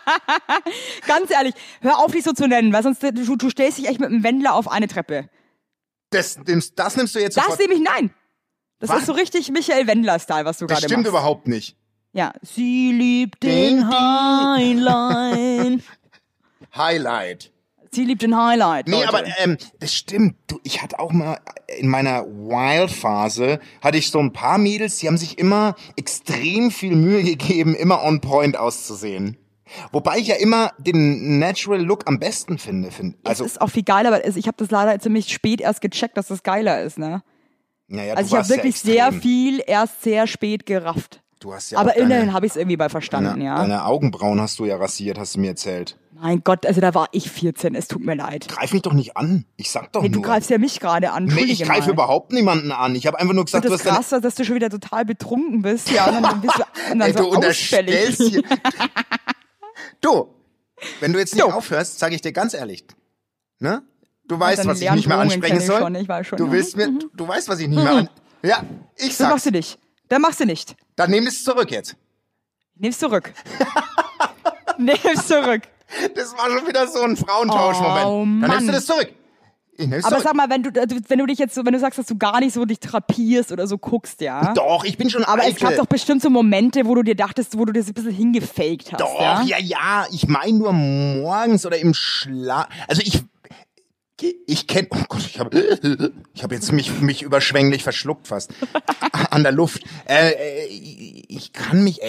Ganz ehrlich, hör auf, dich so zu nennen, weil sonst du stellst dich echt mit einem Wendler auf eine Treppe. Das nimmst du jetzt Das sofort... nehme ich, nein. Das Was? ist so richtig Michael Wendler-Style, was du Das gerade machst. stimmt überhaupt nicht. Ja. Sie liebt den Highlight. Highlight. Sie liebt den Highlight. Nee, Leute. aber das stimmt. Du, ich hatte auch mal in meiner Wild-Phase, hatte ich so ein paar Mädels, die haben sich immer extrem viel Mühe gegeben, immer on point auszusehen. Wobei ich ja immer den Natural Look am besten finde. Also, es ist auch viel geiler, aber ich habe das leider ziemlich spät erst gecheckt, dass das geiler ist, ne? Naja, also ich habe wirklich sehr viel erst sehr spät gerafft. Du hast ja aber auch deine, immerhin habe ich es irgendwie mal verstanden, ja. Deine Augenbrauen hast du ja rasiert, hast du mir erzählt. Mein Gott, also da war ich 14, es tut mir leid. Greif mich doch nicht an. Ich sag doch hey, nur. Du greifst ja mich gerade an. Nee, ich greife überhaupt niemanden an. Ich habe einfach nur gesagt, und das du hast krass, dass du schon wieder total betrunken bist, ja, und dann bist du ey, so du unterstellst hier. Du, wenn du jetzt nicht Jo. aufhörst, sage ich dir ganz ehrlich, ne? Du weißt, deine was ich nicht mehr leeren ansprechen Drohungen kenn soll. ich schon, ich weiß schon, Du ja. willst mir, du weißt, was ich nicht mehr an. Ja, ich Das machst sag's. du nicht. Dann machst du nicht. Dann nimm es zurück jetzt. Nimm's zurück. Nimm's zurück. Das war schon wieder so ein Frauentauschmoment. Oh, Dann nimmst du Mann. das zurück. Ich nehm's Aber zurück. sag mal, wenn du dich jetzt so, wenn du sagst, dass du gar nicht so dich trapierst oder so guckst, ja. Doch, ich bin schon Aber es eitel. gab doch bestimmt so Momente, wo du dir dachtest, wo du das ein bisschen hingefaked hast, Doch, ja? ja. Ich meine nur morgens oder im Schlaf. Also ich kenne, oh Gott, ich hab jetzt mich überschwänglich verschluckt fast an der Luft. Ich kann mich,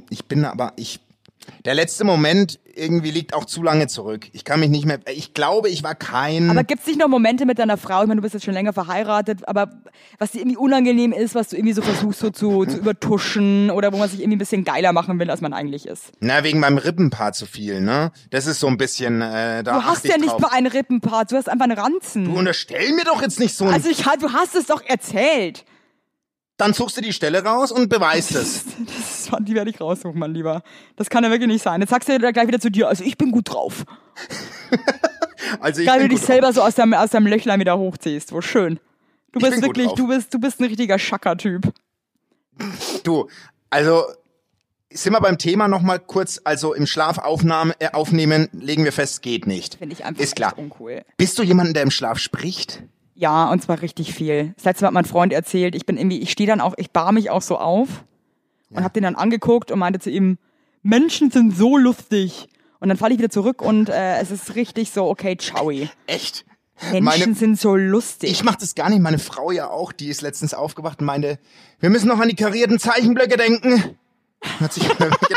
der letzte Moment irgendwie liegt auch zu lange zurück. Ich kann mich nicht mehr, ich glaube, ich war kein... Aber gibt's nicht noch Momente mit deiner Frau, ich meine, du bist jetzt schon länger verheiratet, aber was dir irgendwie unangenehm ist, was du irgendwie so versuchst so zu übertuschen oder wo man sich irgendwie ein bisschen geiler machen will, als man eigentlich ist? Na, wegen meinem Rippenpaar zu viel, ne? Das ist so ein bisschen, da Du hast achte ich ja nicht drauf. mal einen Rippenpart, du hast einfach einen Ranzen. Du unterstell mir doch jetzt nicht so ein... Also du hast es doch erzählt. Dann suchst du die Stelle raus und beweist es. Die werde ich raussuchen, mein Lieber. Das kann ja wirklich nicht sein. Jetzt sagst du ja gleich wieder zu dir, also ich bin gut drauf. Also ich Geil, wie bin du dich gut selber so aus deinem Löchlein wieder hochziehst. Wo schön. Du Ich bist bin gut wirklich, drauf. du bist ein richtiger Schacker-Typ. Du, also sind wir beim Thema nochmal kurz, also im Schlaf aufnehmen, legen wir fest, geht nicht. Finde ich einfach Ist klar. echt uncool. Bist du jemand, der im Schlaf spricht? Ja, und zwar richtig viel. Das letzte Mal hat mein Freund erzählt, ich bar mich auch so auf und hab den dann angeguckt und meinte zu ihm, Menschen sind so lustig. Und dann falle ich wieder zurück und es ist richtig so, okay, ciao. Echt? Menschen sind so lustig. Ich mach das gar nicht, meine Frau ja auch, die ist letztens aufgewacht und meinte, wir müssen noch an die karierten Zeichenblöcke denken. Hat sich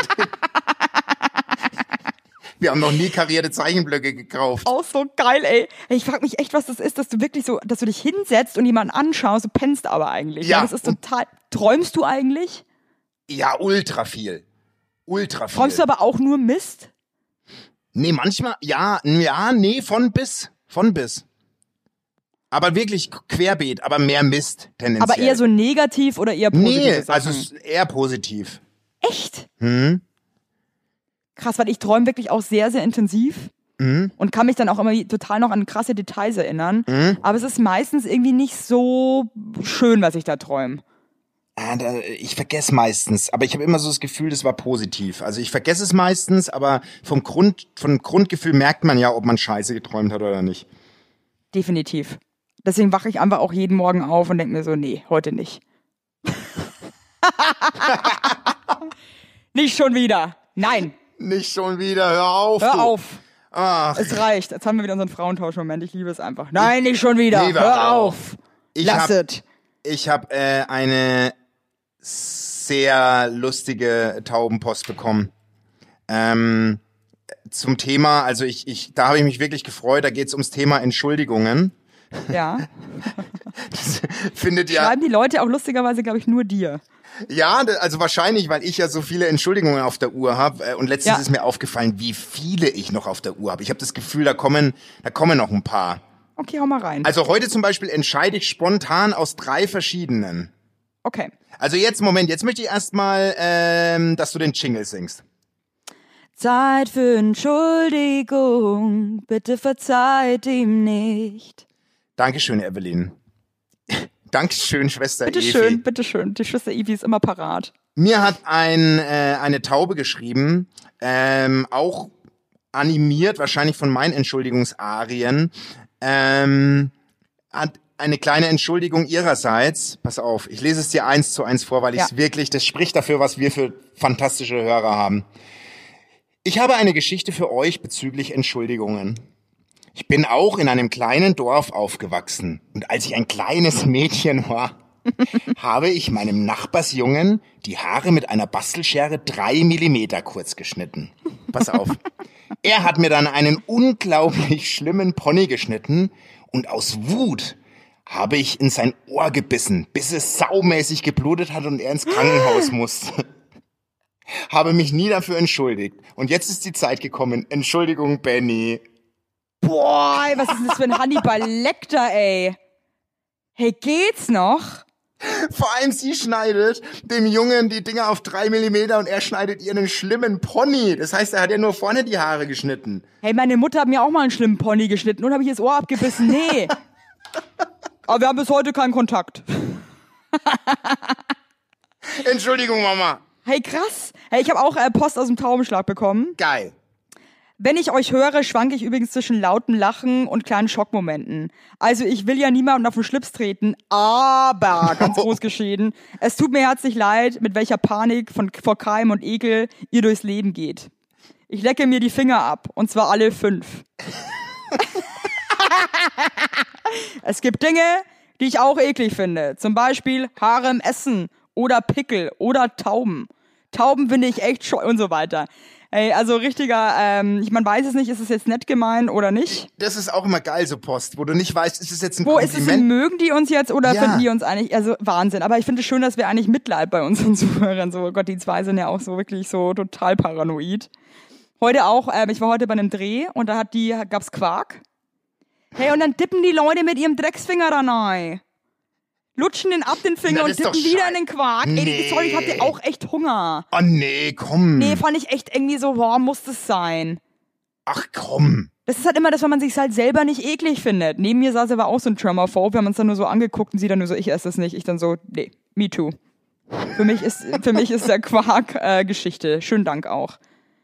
Wir haben noch nie karierte Zeichenblöcke gekauft. Auch so geil, ey. Ich frage mich echt, was das ist, dass du wirklich so, dass du dich hinsetzt und jemanden anschaust, du pennst aber eigentlich. Ja. Das ist total. Träumst du eigentlich? Ja, ultra viel. Ultra viel. Träumst du aber auch nur Mist? Nee, manchmal, nee, von bis. Aber wirklich querbeet, aber mehr Mist tendenziell. Aber eher so negativ oder eher positiv? Nee, also es ist eher positiv. Echt? Krass, weil ich träume wirklich auch sehr, sehr intensiv und kann mich dann auch immer total noch an krasse Details erinnern. Aber es ist meistens irgendwie nicht so schön, was ich da träume. Ich vergesse meistens, aber ich habe immer so das Gefühl, das war positiv. Also ich vergesse es meistens, aber vom Grundgefühl merkt man ja, ob man Scheiße geträumt hat oder nicht. Definitiv. Deswegen wache ich einfach auch jeden Morgen auf und denke mir so, nee, heute nicht. Nicht schon wieder. Nein. Nicht schon wieder, hör auf. Hör du. auf. Ach, Es reicht. Jetzt haben wir wieder unseren Frauentausch-Moment. Ich liebe es einfach. Nein, nicht schon wieder. Nee, Hör warte auf. Lass es. Ich habe eine sehr lustige Taubenpost bekommen. Zum Thema, also da habe ich mich wirklich gefreut, da geht es ums Thema Entschuldigungen. Ja. Das findet ja... Schreiben die Leute auch lustigerweise, glaube ich, nur dir. Ja, also wahrscheinlich, weil ich ja so viele Entschuldigungen auf der Uhr habe. Und letztens ist mir aufgefallen, wie viele ich noch auf der Uhr habe. Ich habe das Gefühl, da kommen noch ein paar. Okay, hau mal rein. Also heute zum Beispiel entscheide ich spontan aus 3 verschiedenen. Okay. Also jetzt möchte ich erstmal, dass du den Jingle singst. Zeit für Entschuldigung, bitte verzeiht ihm nicht. Dankeschön, Evelyn. Dankeschön, Schwester Bitteschön, Evi. bitteschön. Die Schwester Evi ist immer parat. Mir hat eine Taube geschrieben, auch animiert, wahrscheinlich von meinen Entschuldigungsarien, hat eine kleine Entschuldigung ihrerseits. Pass auf, ich lese es dir 1:1 vor, weil das spricht dafür, was wir für fantastische Hörer haben. Ich habe eine Geschichte für euch bezüglich Entschuldigungen. Ich bin auch in einem kleinen Dorf aufgewachsen und als ich ein kleines Mädchen war, habe ich meinem Nachbarsjungen die Haare mit einer Bastelschere 3 Millimeter kurz geschnitten. Pass auf. Er hat mir dann einen unglaublich schlimmen Pony geschnitten und aus Wut habe ich in sein Ohr gebissen, bis es saumäßig geblutet hat und er ins Krankenhaus musste. Habe mich nie dafür entschuldigt. Und jetzt ist die Zeit gekommen. Entschuldigung, Benny. Boah, ey, was ist denn das für ein Hannibal Lecter, ey? Hey, geht's noch? Vor allem sie schneidet dem Jungen die Dinger auf 3 Millimeter und er schneidet ihr einen schlimmen Pony. Das heißt, er hat ja nur vorne die Haare geschnitten. Hey, meine Mutter hat mir auch mal einen schlimmen Pony geschnitten und habe ich das Ohr abgebissen. Nee. Aber wir haben bis heute keinen Kontakt. Entschuldigung, Mama. Hey, krass. Hey, ich habe auch Post aus dem Taubenschlag bekommen. Geil. Wenn ich euch höre, schwanke ich übrigens zwischen lautem Lachen und kleinen Schockmomenten. Also ich will ja niemanden auf den Schlips treten, aber, ganz groß geschehen, es tut mir herzlich leid, mit welcher Panik vor Keim und Ekel ihr durchs Leben geht. Ich lecke mir die Finger ab, und zwar alle 5. Es gibt Dinge, die ich auch eklig finde. Zum Beispiel Haare im Essen oder Pickel oder Tauben. Tauben finde ich echt schon und so weiter. Ey, also richtiger, man weiß es nicht, ist es jetzt nett gemeint oder nicht? Das ist auch immer geil, so Post, wo du nicht weißt, ist es jetzt ein Wo Kompliment? ist es denn, mögen die uns jetzt oder Ja. finden die uns eigentlich, also Wahnsinn. Aber ich finde es schön, dass wir eigentlich Mitleid bei unseren Zuhörern, so Gott, die 2 sind ja auch so wirklich so total paranoid. Heute auch, ich war heute bei einem Dreh und da gab's Quark. Hey, und dann dippen die Leute mit ihrem Drecksfinger da rein. Lutschen den ab, den Finger, Na, und das ist doch dippen wieder schei- in den Quark. Nee. Ey, sorry, ich hatte auch echt Hunger. Oh nee, komm. Nee, fand ich echt irgendwie so, boah, muss das sein. Ach komm. Das ist halt immer das, wenn man sich halt selber nicht eklig findet. Neben mir saß aber auch so ein Tremorphobe, wir haben uns dann nur so angeguckt und sie dann nur so, ich esse das nicht. Ich dann so, nee, me too. Für mich ist der Quark Geschichte. Schönen Dank auch.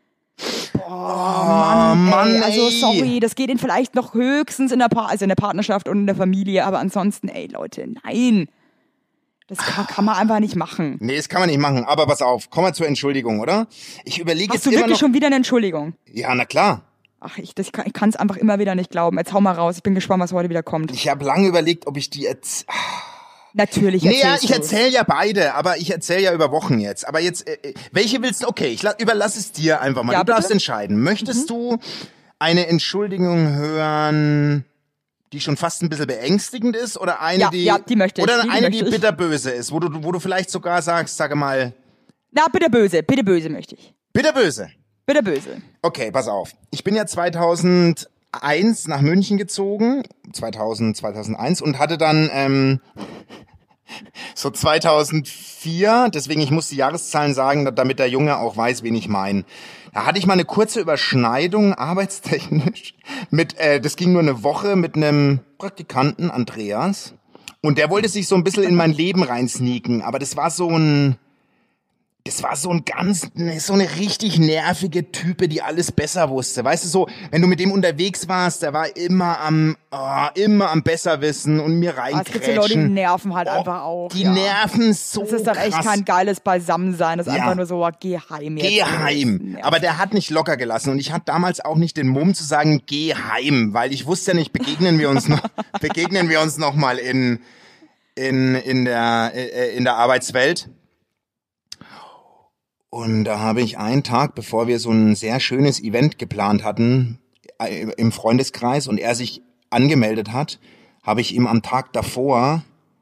Mann, ey, also ey. sorry, das geht ihnen vielleicht noch höchstens in der Partnerschaft und in der Familie, aber ansonsten, ey Leute, nein. Das kann man einfach nicht machen. Nee, das kann man nicht machen. Aber pass auf, komm mal zur Entschuldigung, oder? Ich überlege Hast jetzt du immer wirklich noch... schon wieder eine Entschuldigung? Ja, na klar. Ach, ich kann es einfach immer wieder nicht glauben. Jetzt hau mal raus, ich bin gespannt, was heute wieder kommt. Ich habe lange überlegt, ob ich die jetzt... Natürlich Nee, ja, erzählst ich du's. erzähle ja beide, aber ich erzähle ja über Wochen jetzt. Aber jetzt, welche willst du? Okay, ich überlasse es dir einfach mal. Ja, Du darfst bitte? entscheiden. Möchtest du eine Entschuldigung hören, die schon fast ein bisschen beängstigend ist, oder eine, Ja, die... ja, die möchte ich. Oder Die eine, die möchte ich. bitterböse ist, wo du vielleicht sogar sagst, sage mal, Na, bitte böse möchte ich. bitterböse. Bitte böse. Okay, pass auf. Ich bin ja 2001 nach München gezogen, 2001, und hatte dann so 2004, deswegen ich muss die Jahreszahlen sagen, damit der Junge auch weiß, wen ich meine. Da hatte ich mal eine kurze Überschneidung arbeitstechnisch mit, das ging nur eine Woche, mit einem Praktikanten, Andreas. Und der wollte sich so ein bisschen in mein Leben reinsneaken, aber das war so ein... das war so so eine richtig nervige Type, die alles besser wusste. Weißt du, so, wenn du mit dem unterwegs warst, der war immer am Besserwissen und mir Es gibt so Leute, die reinkrätschen. nerven halt einfach auch. Die nerven so Das ist dann echt krass. kein geiles Beisammensein. Das ist Ja. einfach nur so, geh heim jetzt. Geh heim. Nervt. Aber der hat nicht locker gelassen und ich hatte damals auch nicht den Mumm zu sagen, geh heim, weil ich wusste ja nicht, begegnen wir uns noch mal in der Arbeitswelt. Und da habe ich einen Tag, bevor wir so ein sehr schönes Event geplant hatten im Freundeskreis und er sich angemeldet hat, habe ich ihm am Tag davor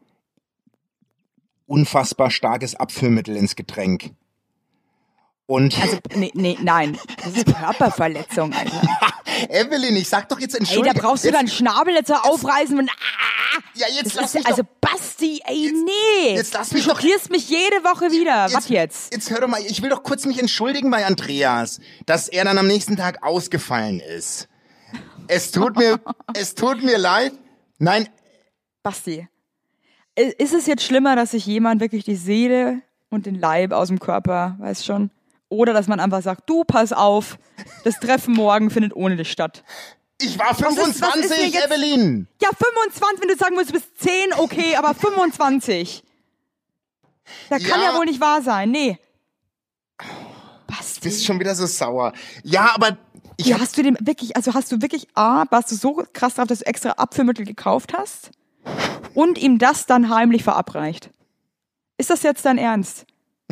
unfassbar starkes Abführmittel ins Getränk. Und Also, nein. Das ist Körperverletzung, Alter. Evelyn, ich sag doch jetzt Ey, Entschuldigung. da brauchst du deinen Schnabel jetzt so aufreißen und Ja, jetzt das lass ist, mich also doch. Basti, ey, nee. jetzt lass Du mich doch- schockierst mich jede Woche wieder. Was jetzt? Jetzt hör doch mal, ich will doch kurz mich entschuldigen bei Andreas, dass er dann am nächsten Tag ausgefallen ist. Es tut mir leid. Nein, Basti, ist es jetzt schlimmer, dass sich jemand wirklich die Seele und den Leib aus dem Körper, weißt schon? Oder dass man einfach sagt, du, pass auf, das Treffen morgen findet ohne dich statt. ich war was ist 25, denn jetzt- Evelyn. Ja, 25, wenn du sagen willst, du bist 10, okay, aber 25. Das kann Ja. ja wohl nicht wahr sein, nee. Du Basti. bist schon wieder so sauer. Ja, aber ich Ja, hab, hast du wirklich, warst du so krass drauf, dass du extra Abführmittel gekauft hast und ihm das dann heimlich verabreicht? Ist das jetzt dein Ernst?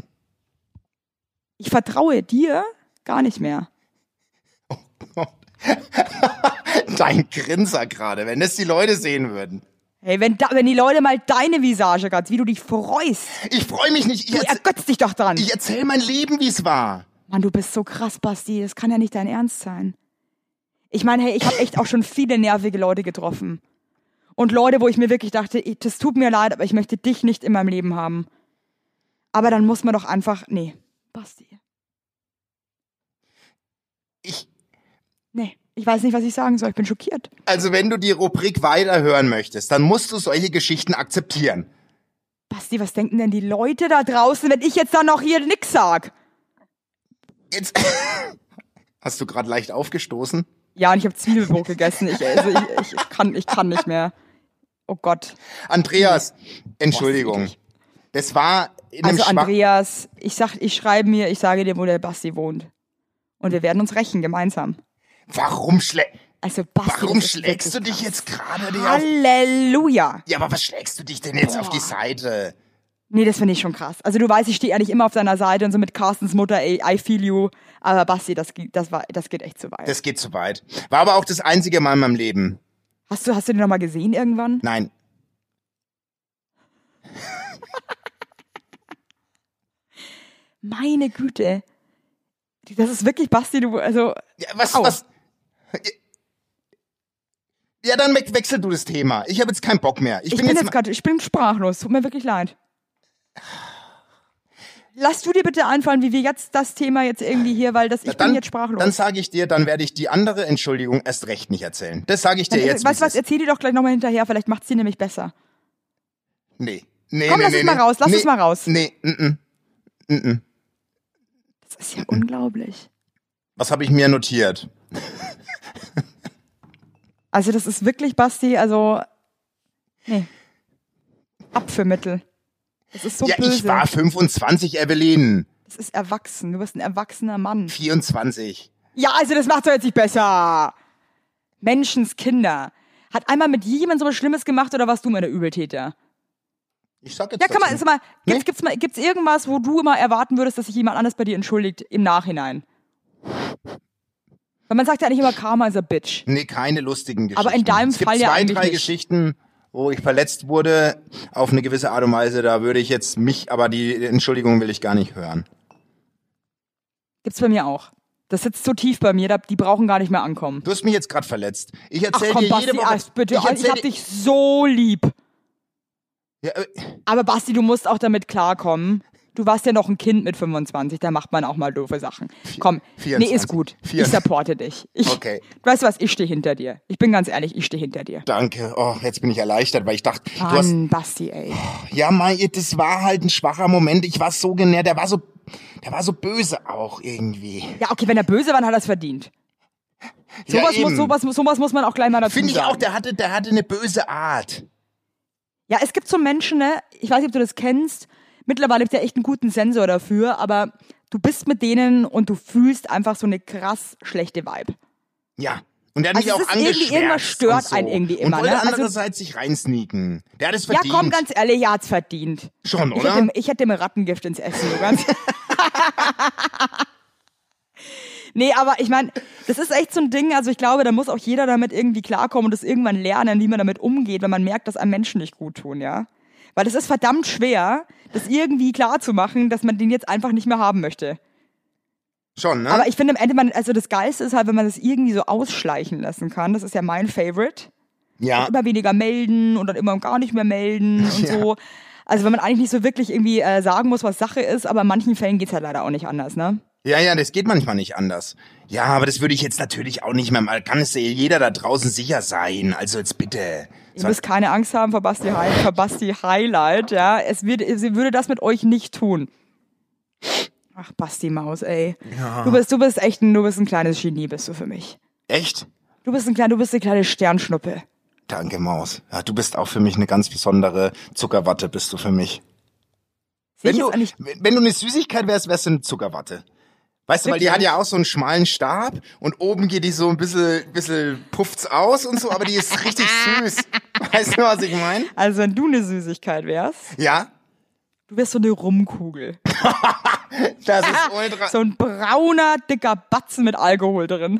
Ich vertraue dir gar nicht mehr. dein Grinser gerade, wenn das die Leute sehen würden. Hey, wenn die Leute mal deine Visage gerade, wie du dich freust. Ich freue mich nicht. Du ergötzt dich doch dran. Ich erzähl mein Leben, wie es war. Mann, du bist so krass, Basti. Das kann ja nicht dein Ernst sein. Ich meine, hey, ich habe echt auch schon viele nervige Leute getroffen. Und Leute, wo ich mir wirklich dachte, das tut mir leid, aber ich möchte dich nicht in meinem Leben haben. Aber dann muss man doch einfach, nee, Basti. Nee, ich weiß nicht, was ich sagen soll. Ich bin schockiert. Also wenn du die Rubrik weiterhören möchtest, dann musst du solche Geschichten akzeptieren. Basti, was denken denn die Leute da draußen, wenn ich jetzt dann noch hier nix sag? Jetzt hast du gerade leicht aufgestoßen? Ja, und ich habe Zwiebelbrot gegessen. Ich kann nicht mehr. Oh Gott. Andreas, Entschuldigung. eklig. Das war in einem Also Schwach... Andreas, ich sage dir, wo der Basti wohnt. Und wir werden uns rächen, gemeinsam. Warum Also Basti, Warum das ist schlägst du wirklich dich jetzt gerade krass. auf... Halleluja. Ja, aber was schlägst du dich denn jetzt auf die Seite? Nee, das finde ich schon krass. Also du weißt, ich stehe eigentlich immer auf deiner Seite und so mit Carstens Mutter, ey, I feel you. Aber Basti, das geht echt zu weit. Das geht zu weit. War aber auch das einzige Mal in meinem Leben. Hast du den noch mal gesehen irgendwann? Nein. Meine Güte. Das ist wirklich Basti, also... Ja, was, Au. was... Ja, dann wechsel du das Thema. Ich habe jetzt keinen Bock mehr. Ich bin sprachlos. Tut mir wirklich leid. Lass du dir bitte einfallen, wie wir jetzt das Thema jetzt irgendwie hier, weil ich bin jetzt sprachlos. Dann sage ich dir, dann werde ich die andere Entschuldigung erst recht nicht erzählen. Das sage ich dir jetzt. Weißt du was, wie es ist. erzähl dir doch gleich nochmal hinterher, vielleicht macht's dir nämlich besser. Nee, Komm, lass es mal raus, lass es mal raus. Nee, Das ist ja unglaublich. Was habe ich mir notiert? Also das ist wirklich, Basti, also, nee. Abführmittel. Das ist so Ja, böse. ich war 25, Evelyn. Das ist erwachsen. Du bist ein erwachsener Mann. 24. Ja, also das macht doch jetzt nicht besser. Menschenskinder. Hat einmal mit jemandem so was Schlimmes gemacht oder warst du mal der Übeltäter? Ich sag jetzt Ja, dazu. gibt's irgendwas, wo du immer erwarten würdest, dass sich jemand anders bei dir entschuldigt im Nachhinein? Weil man sagt ja nicht immer, Karma is a bitch. Nee, keine lustigen Geschichten. Aber in deinem es gibt Fall ja zwei, eigentlich drei nicht. Geschichten, wo ich verletzt wurde, auf eine gewisse Art und Weise, da würde ich jetzt aber die Entschuldigung will ich gar nicht hören. Gibt's bei mir auch. Das sitzt so tief bei mir, die brauchen gar nicht mehr ankommen. Du hast mich jetzt gerade verletzt. Ich Ach erzähle komm, dir Basti, jede Woche... bitte, ich erzähl hab dir- dich so lieb. Ja, Aber Basti, du musst auch damit klarkommen. Du warst ja noch ein Kind mit 25, da macht man auch mal doofe Sachen. Komm, 24. nee, ist gut. 24. Ich supporte dich. Okay. Weißt du was, ich stehe hinter dir. Ich bin ganz ehrlich, ich stehe hinter dir. danke. Oh, jetzt bin ich erleichtert, weil ich dachte, du hast... Mann, Basti, ey. Ja, das war halt ein schwacher Moment. Ich war so genervt. Der war so der war so böse auch irgendwie. Ja, okay, wenn er böse war, dann hat er es verdient. Sowas muss man auch gleich mal dazu sagen. Finde ich auch, der hatte eine böse Art. Ja, es gibt so Menschen, ne? Ich weiß nicht, ob du das kennst. Mittlerweile gibt es ja echt einen guten Sensor dafür, aber du bist mit denen und du fühlst einfach so eine krass schlechte Vibe. Ja. Und der hat mich Also auch angeschwärzt. irgendwas stört und so. einen irgendwie immer, und wollte ne? Also- andererseits sich reinsneaken. Der hat es verdient. Ja, komm, ganz ehrlich, er hat's verdient. Schon, oder? Ich hätte ihm Rattengift ins Essen, so ganz. Nee, aber ich meine, das ist echt so ein Ding, also ich glaube, da muss auch jeder damit irgendwie klarkommen und das irgendwann lernen, wie man damit umgeht, wenn man merkt, dass einem Menschen nicht gut tun, ja? Weil es ist verdammt schwer, das irgendwie klarzumachen, dass man den jetzt einfach nicht mehr haben möchte. Schon, ne? Aber ich finde am Ende, also das Geilste ist halt, wenn man das irgendwie so ausschleichen lassen kann. Das ist ja mein Favorite. ja. Immer weniger melden und dann immer gar nicht mehr melden und Ja. so. Also wenn man eigentlich nicht so wirklich irgendwie sagen muss, was Sache ist, aber in manchen Fällen geht's halt leider auch nicht anders, ne? Ja, das geht manchmal nicht anders. Ja, aber das würde ich jetzt natürlich auch nicht mehr mal. Kann es jeder da draußen sicher sein? Also jetzt bitte. Ihr müsst keine Angst haben vor Basti Highlight, ja. Sie würde das mit euch nicht tun. Ach, Basti Maus, ey. Ja. Du bist echt du bist ein kleines Genie, bist du für mich. Echt? Du bist eine kleine Sternschnuppe. Danke, Maus. Ja, du bist auch für mich eine ganz besondere Zuckerwatte, bist du für mich. Sehe ich jetzt eigentlich, Wenn du eine Süßigkeit wärst, wärst du eine Zuckerwatte. Weißt du, weil die Wirklich? hat ja auch so einen schmalen Stab und oben geht die so ein bisschen pufft's aus und so, aber die ist richtig süß. Weißt du, was ich meine? also wenn du eine Süßigkeit wärst, Ja? du wärst so eine Rumkugel. Das ist ultra... So ein brauner, dicker Batzen mit Alkohol drin.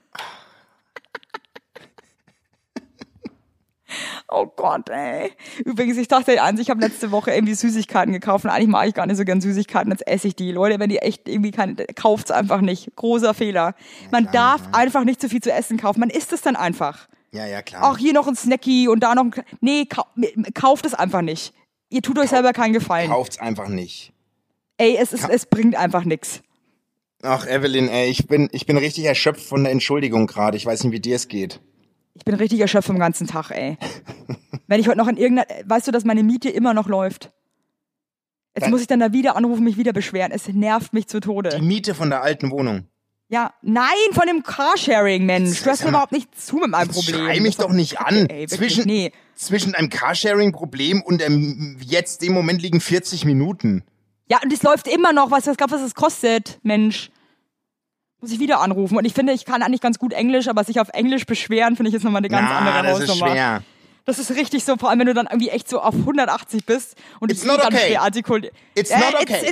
Oh Gott, ey. Übrigens, ich dachte an, ich habe letzte Woche irgendwie Süßigkeiten gekauft und eigentlich mag ich gar nicht so gern Süßigkeiten, jetzt esse ich die. Leute, wenn die echt irgendwie kauft's einfach nicht. Großer Fehler. Man darf einfach nicht zu viel zu essen kaufen. Man isst es dann einfach. Ja, klar. Auch hier noch ein Snacky und da noch ein... Nee, kauft es einfach nicht. Ihr tut euch selber keinen Gefallen. Kauft's einfach nicht. Ey, es bringt einfach nix. Ach, Evelyn, ey, ich bin richtig erschöpft von der Entschuldigung gerade. Ich weiß nicht, wie dir es geht. Ich bin richtig erschöpft vom ganzen Tag, ey. Wenn ich heute noch in weißt du, dass meine Miete immer noch läuft? Jetzt muss ich dann da wieder anrufen, mich wieder beschweren. Es nervt mich zu Die Tode. Miete von der alten Wohnung. Ja, nein, von dem Carsharing, Mensch. Du hörst mir überhaupt nicht zu mit meinem Problem. Schrei mich Das doch nicht Kacke, an. Ey, wirklich, nee. Zwischen einem Carsharing-Problem und jetzt dem Moment liegen 40 Minuten. Ja, und es läuft immer noch. Was es kostet, Mensch. Muss ich wieder anrufen. Und ich finde, ich kann eigentlich ganz gut Englisch, aber sich auf Englisch beschweren, finde ich jetzt nochmal eine ganz andere das ist Hausnummer. schwer. Das ist richtig so, vor allem wenn du dann irgendwie echt so auf 180 bist und It's dich not ganz okay. schwer artikuliert. It's not okay.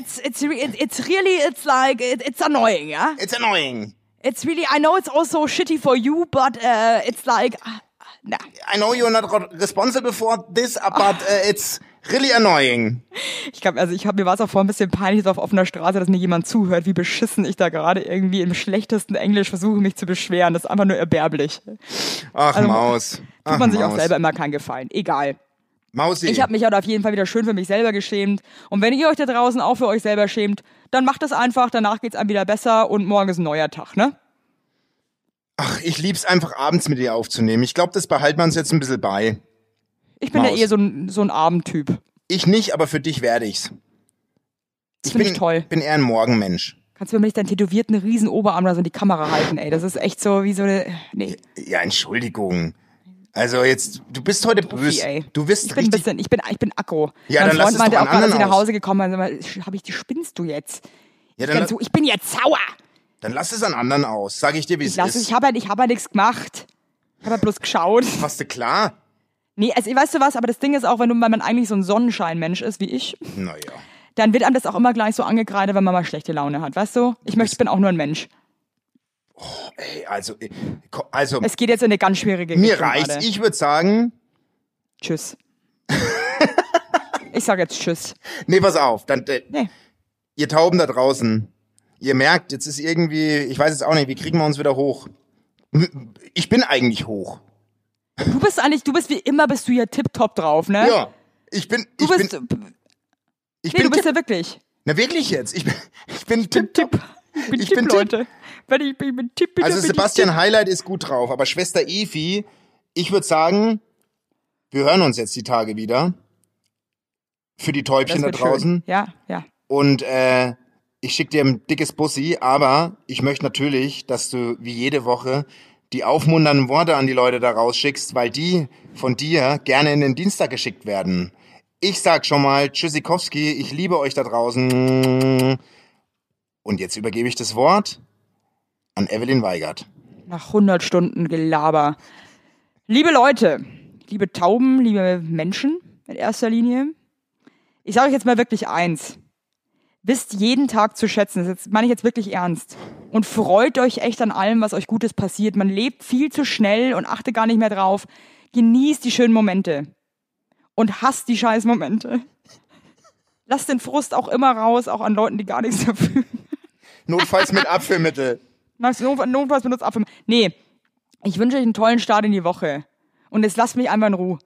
It's annoying, yeah? It's annoying. It's really, I know it's also shitty for you, but it's like, nah. I know you're not responsible for this, but it's really annoying. Ich glaube, also mir war es auch vorhin ein bisschen peinlich so auf offener Straße, dass mir jemand zuhört, wie beschissen ich da gerade irgendwie im schlechtesten Englisch versuche, mich zu beschweren. Das ist einfach nur erbärmlich. Ach, Also, Maus. Tut man sich auch selber immer keinen Gefallen. Egal. Mausi. Ich habe mich halt auf jeden Fall wieder schön für mich selber geschämt. Und wenn ihr euch da draußen auch für euch selber schämt, dann macht das einfach, danach geht's einem wieder besser und morgen ist ein neuer Tag, ne? Ach, ich lieb's einfach abends mit dir aufzunehmen. Ich glaube, das behalten wir uns jetzt ein bisschen bei. Ich bin ja Maus. eher so ein Abendtyp. Ich nicht, aber für dich werde ich's. Das finde ich toll. bin eher ein Morgenmensch. Kannst du mir nicht deinen tätowierten riesen Oberarm da so in die Kamera halten, ey. Das ist echt so wie so eine... Nee. Ja, Entschuldigung. Also jetzt, du bist heute böse. Ey. Du wirst Ich bin ein richtig... bisschen, ich bin aggro. Ja, mein dann lass Freund es meinte doch auch an gerade, als ich anderen nach aus. Hause gekommen bin, spinnst du jetzt? Ja, dann, Ich bin jetzt sauer. dann lass es an anderen aus. Sag ich dir, wie es ist. Ich habe ja nichts gemacht. Ich habe ja bloß geschaut. Hast du klar? Nee, also weißt du was, aber das Ding ist auch, weil man eigentlich so ein Sonnenscheinmensch ist wie ich, Naja. dann wird einem das auch immer gleich so angekreidet, wenn man mal schlechte Laune hat, weißt du? Ich bin auch nur ein Mensch. Ey, also Es geht jetzt in eine ganz schwierige mir Richtung reicht's. gerade. Ich würde sagen, Tschüss. Ich sag jetzt Tschüss. nee, pass auf. Dann, Nee. ihr Tauben da draußen, ihr merkt, jetzt ist irgendwie, ich weiß jetzt auch nicht, wie kriegen wir uns wieder hoch? Ich bin eigentlich hoch. Du bist wie immer, bist du hier tipptopp drauf, ne? Ja, ich bin Du bist ja wirklich. Na wirklich jetzt? Ich bin Tipp. Ich bin Tipp, Leute. Ich bin Tipp, bitte, Also bitte, Sebastian Tipp. Highlight ist gut drauf, aber Schwester Evi, ich würde sagen, wir hören uns jetzt die Tage wieder. Für die Täubchen Das da wird draußen. schön. Ja. Und Ich schicke dir ein dickes Bussi, aber ich möchte natürlich, dass du wie jede Woche die aufmunternden Worte an die Leute da rausschickst, weil die von dir gerne in den Dienstag geschickt werden. Ich sag schon mal Tschüssikowski, ich liebe euch da draußen. Und jetzt übergebe ich das Wort an Evelyn Weigert. Nach 100 Stunden Gelaber. Liebe Leute, liebe Tauben, liebe Menschen in erster Linie, ich sage euch jetzt mal wirklich eins. Wisst jeden Tag zu schätzen, das meine ich jetzt wirklich ernst. Und freut euch echt an allem, was euch Gutes passiert. Man lebt viel zu schnell und achtet gar nicht mehr drauf. Genießt die schönen Momente. Und hasst die scheiß Momente. Lasst den Frust auch immer raus, auch an Leuten, die gar nichts dafür. Notfalls mit Abführmittel. Notfalls benutzt Abführmittel. Nee, ich wünsche euch einen tollen Start in die Woche. Und jetzt lasst mich einmal in Ruhe.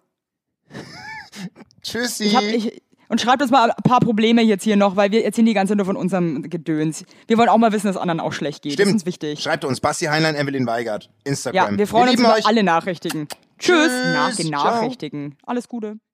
Tschüssi. Und schreibt uns mal ein paar Probleme jetzt hier noch, weil wir erzählen die ganze Zeit nur von unserem Gedöns. Wir wollen auch mal wissen, dass es anderen auch schlecht geht. Stimmt. Das ist uns wichtig. Schreibt uns Basti Heinlein, Evelyn Weigert, Instagram. Ja, wir freuen uns lieben über euch. alle Nachrichtigen. Tschüss. Ciao. Nachrichtigen. Alles Gute.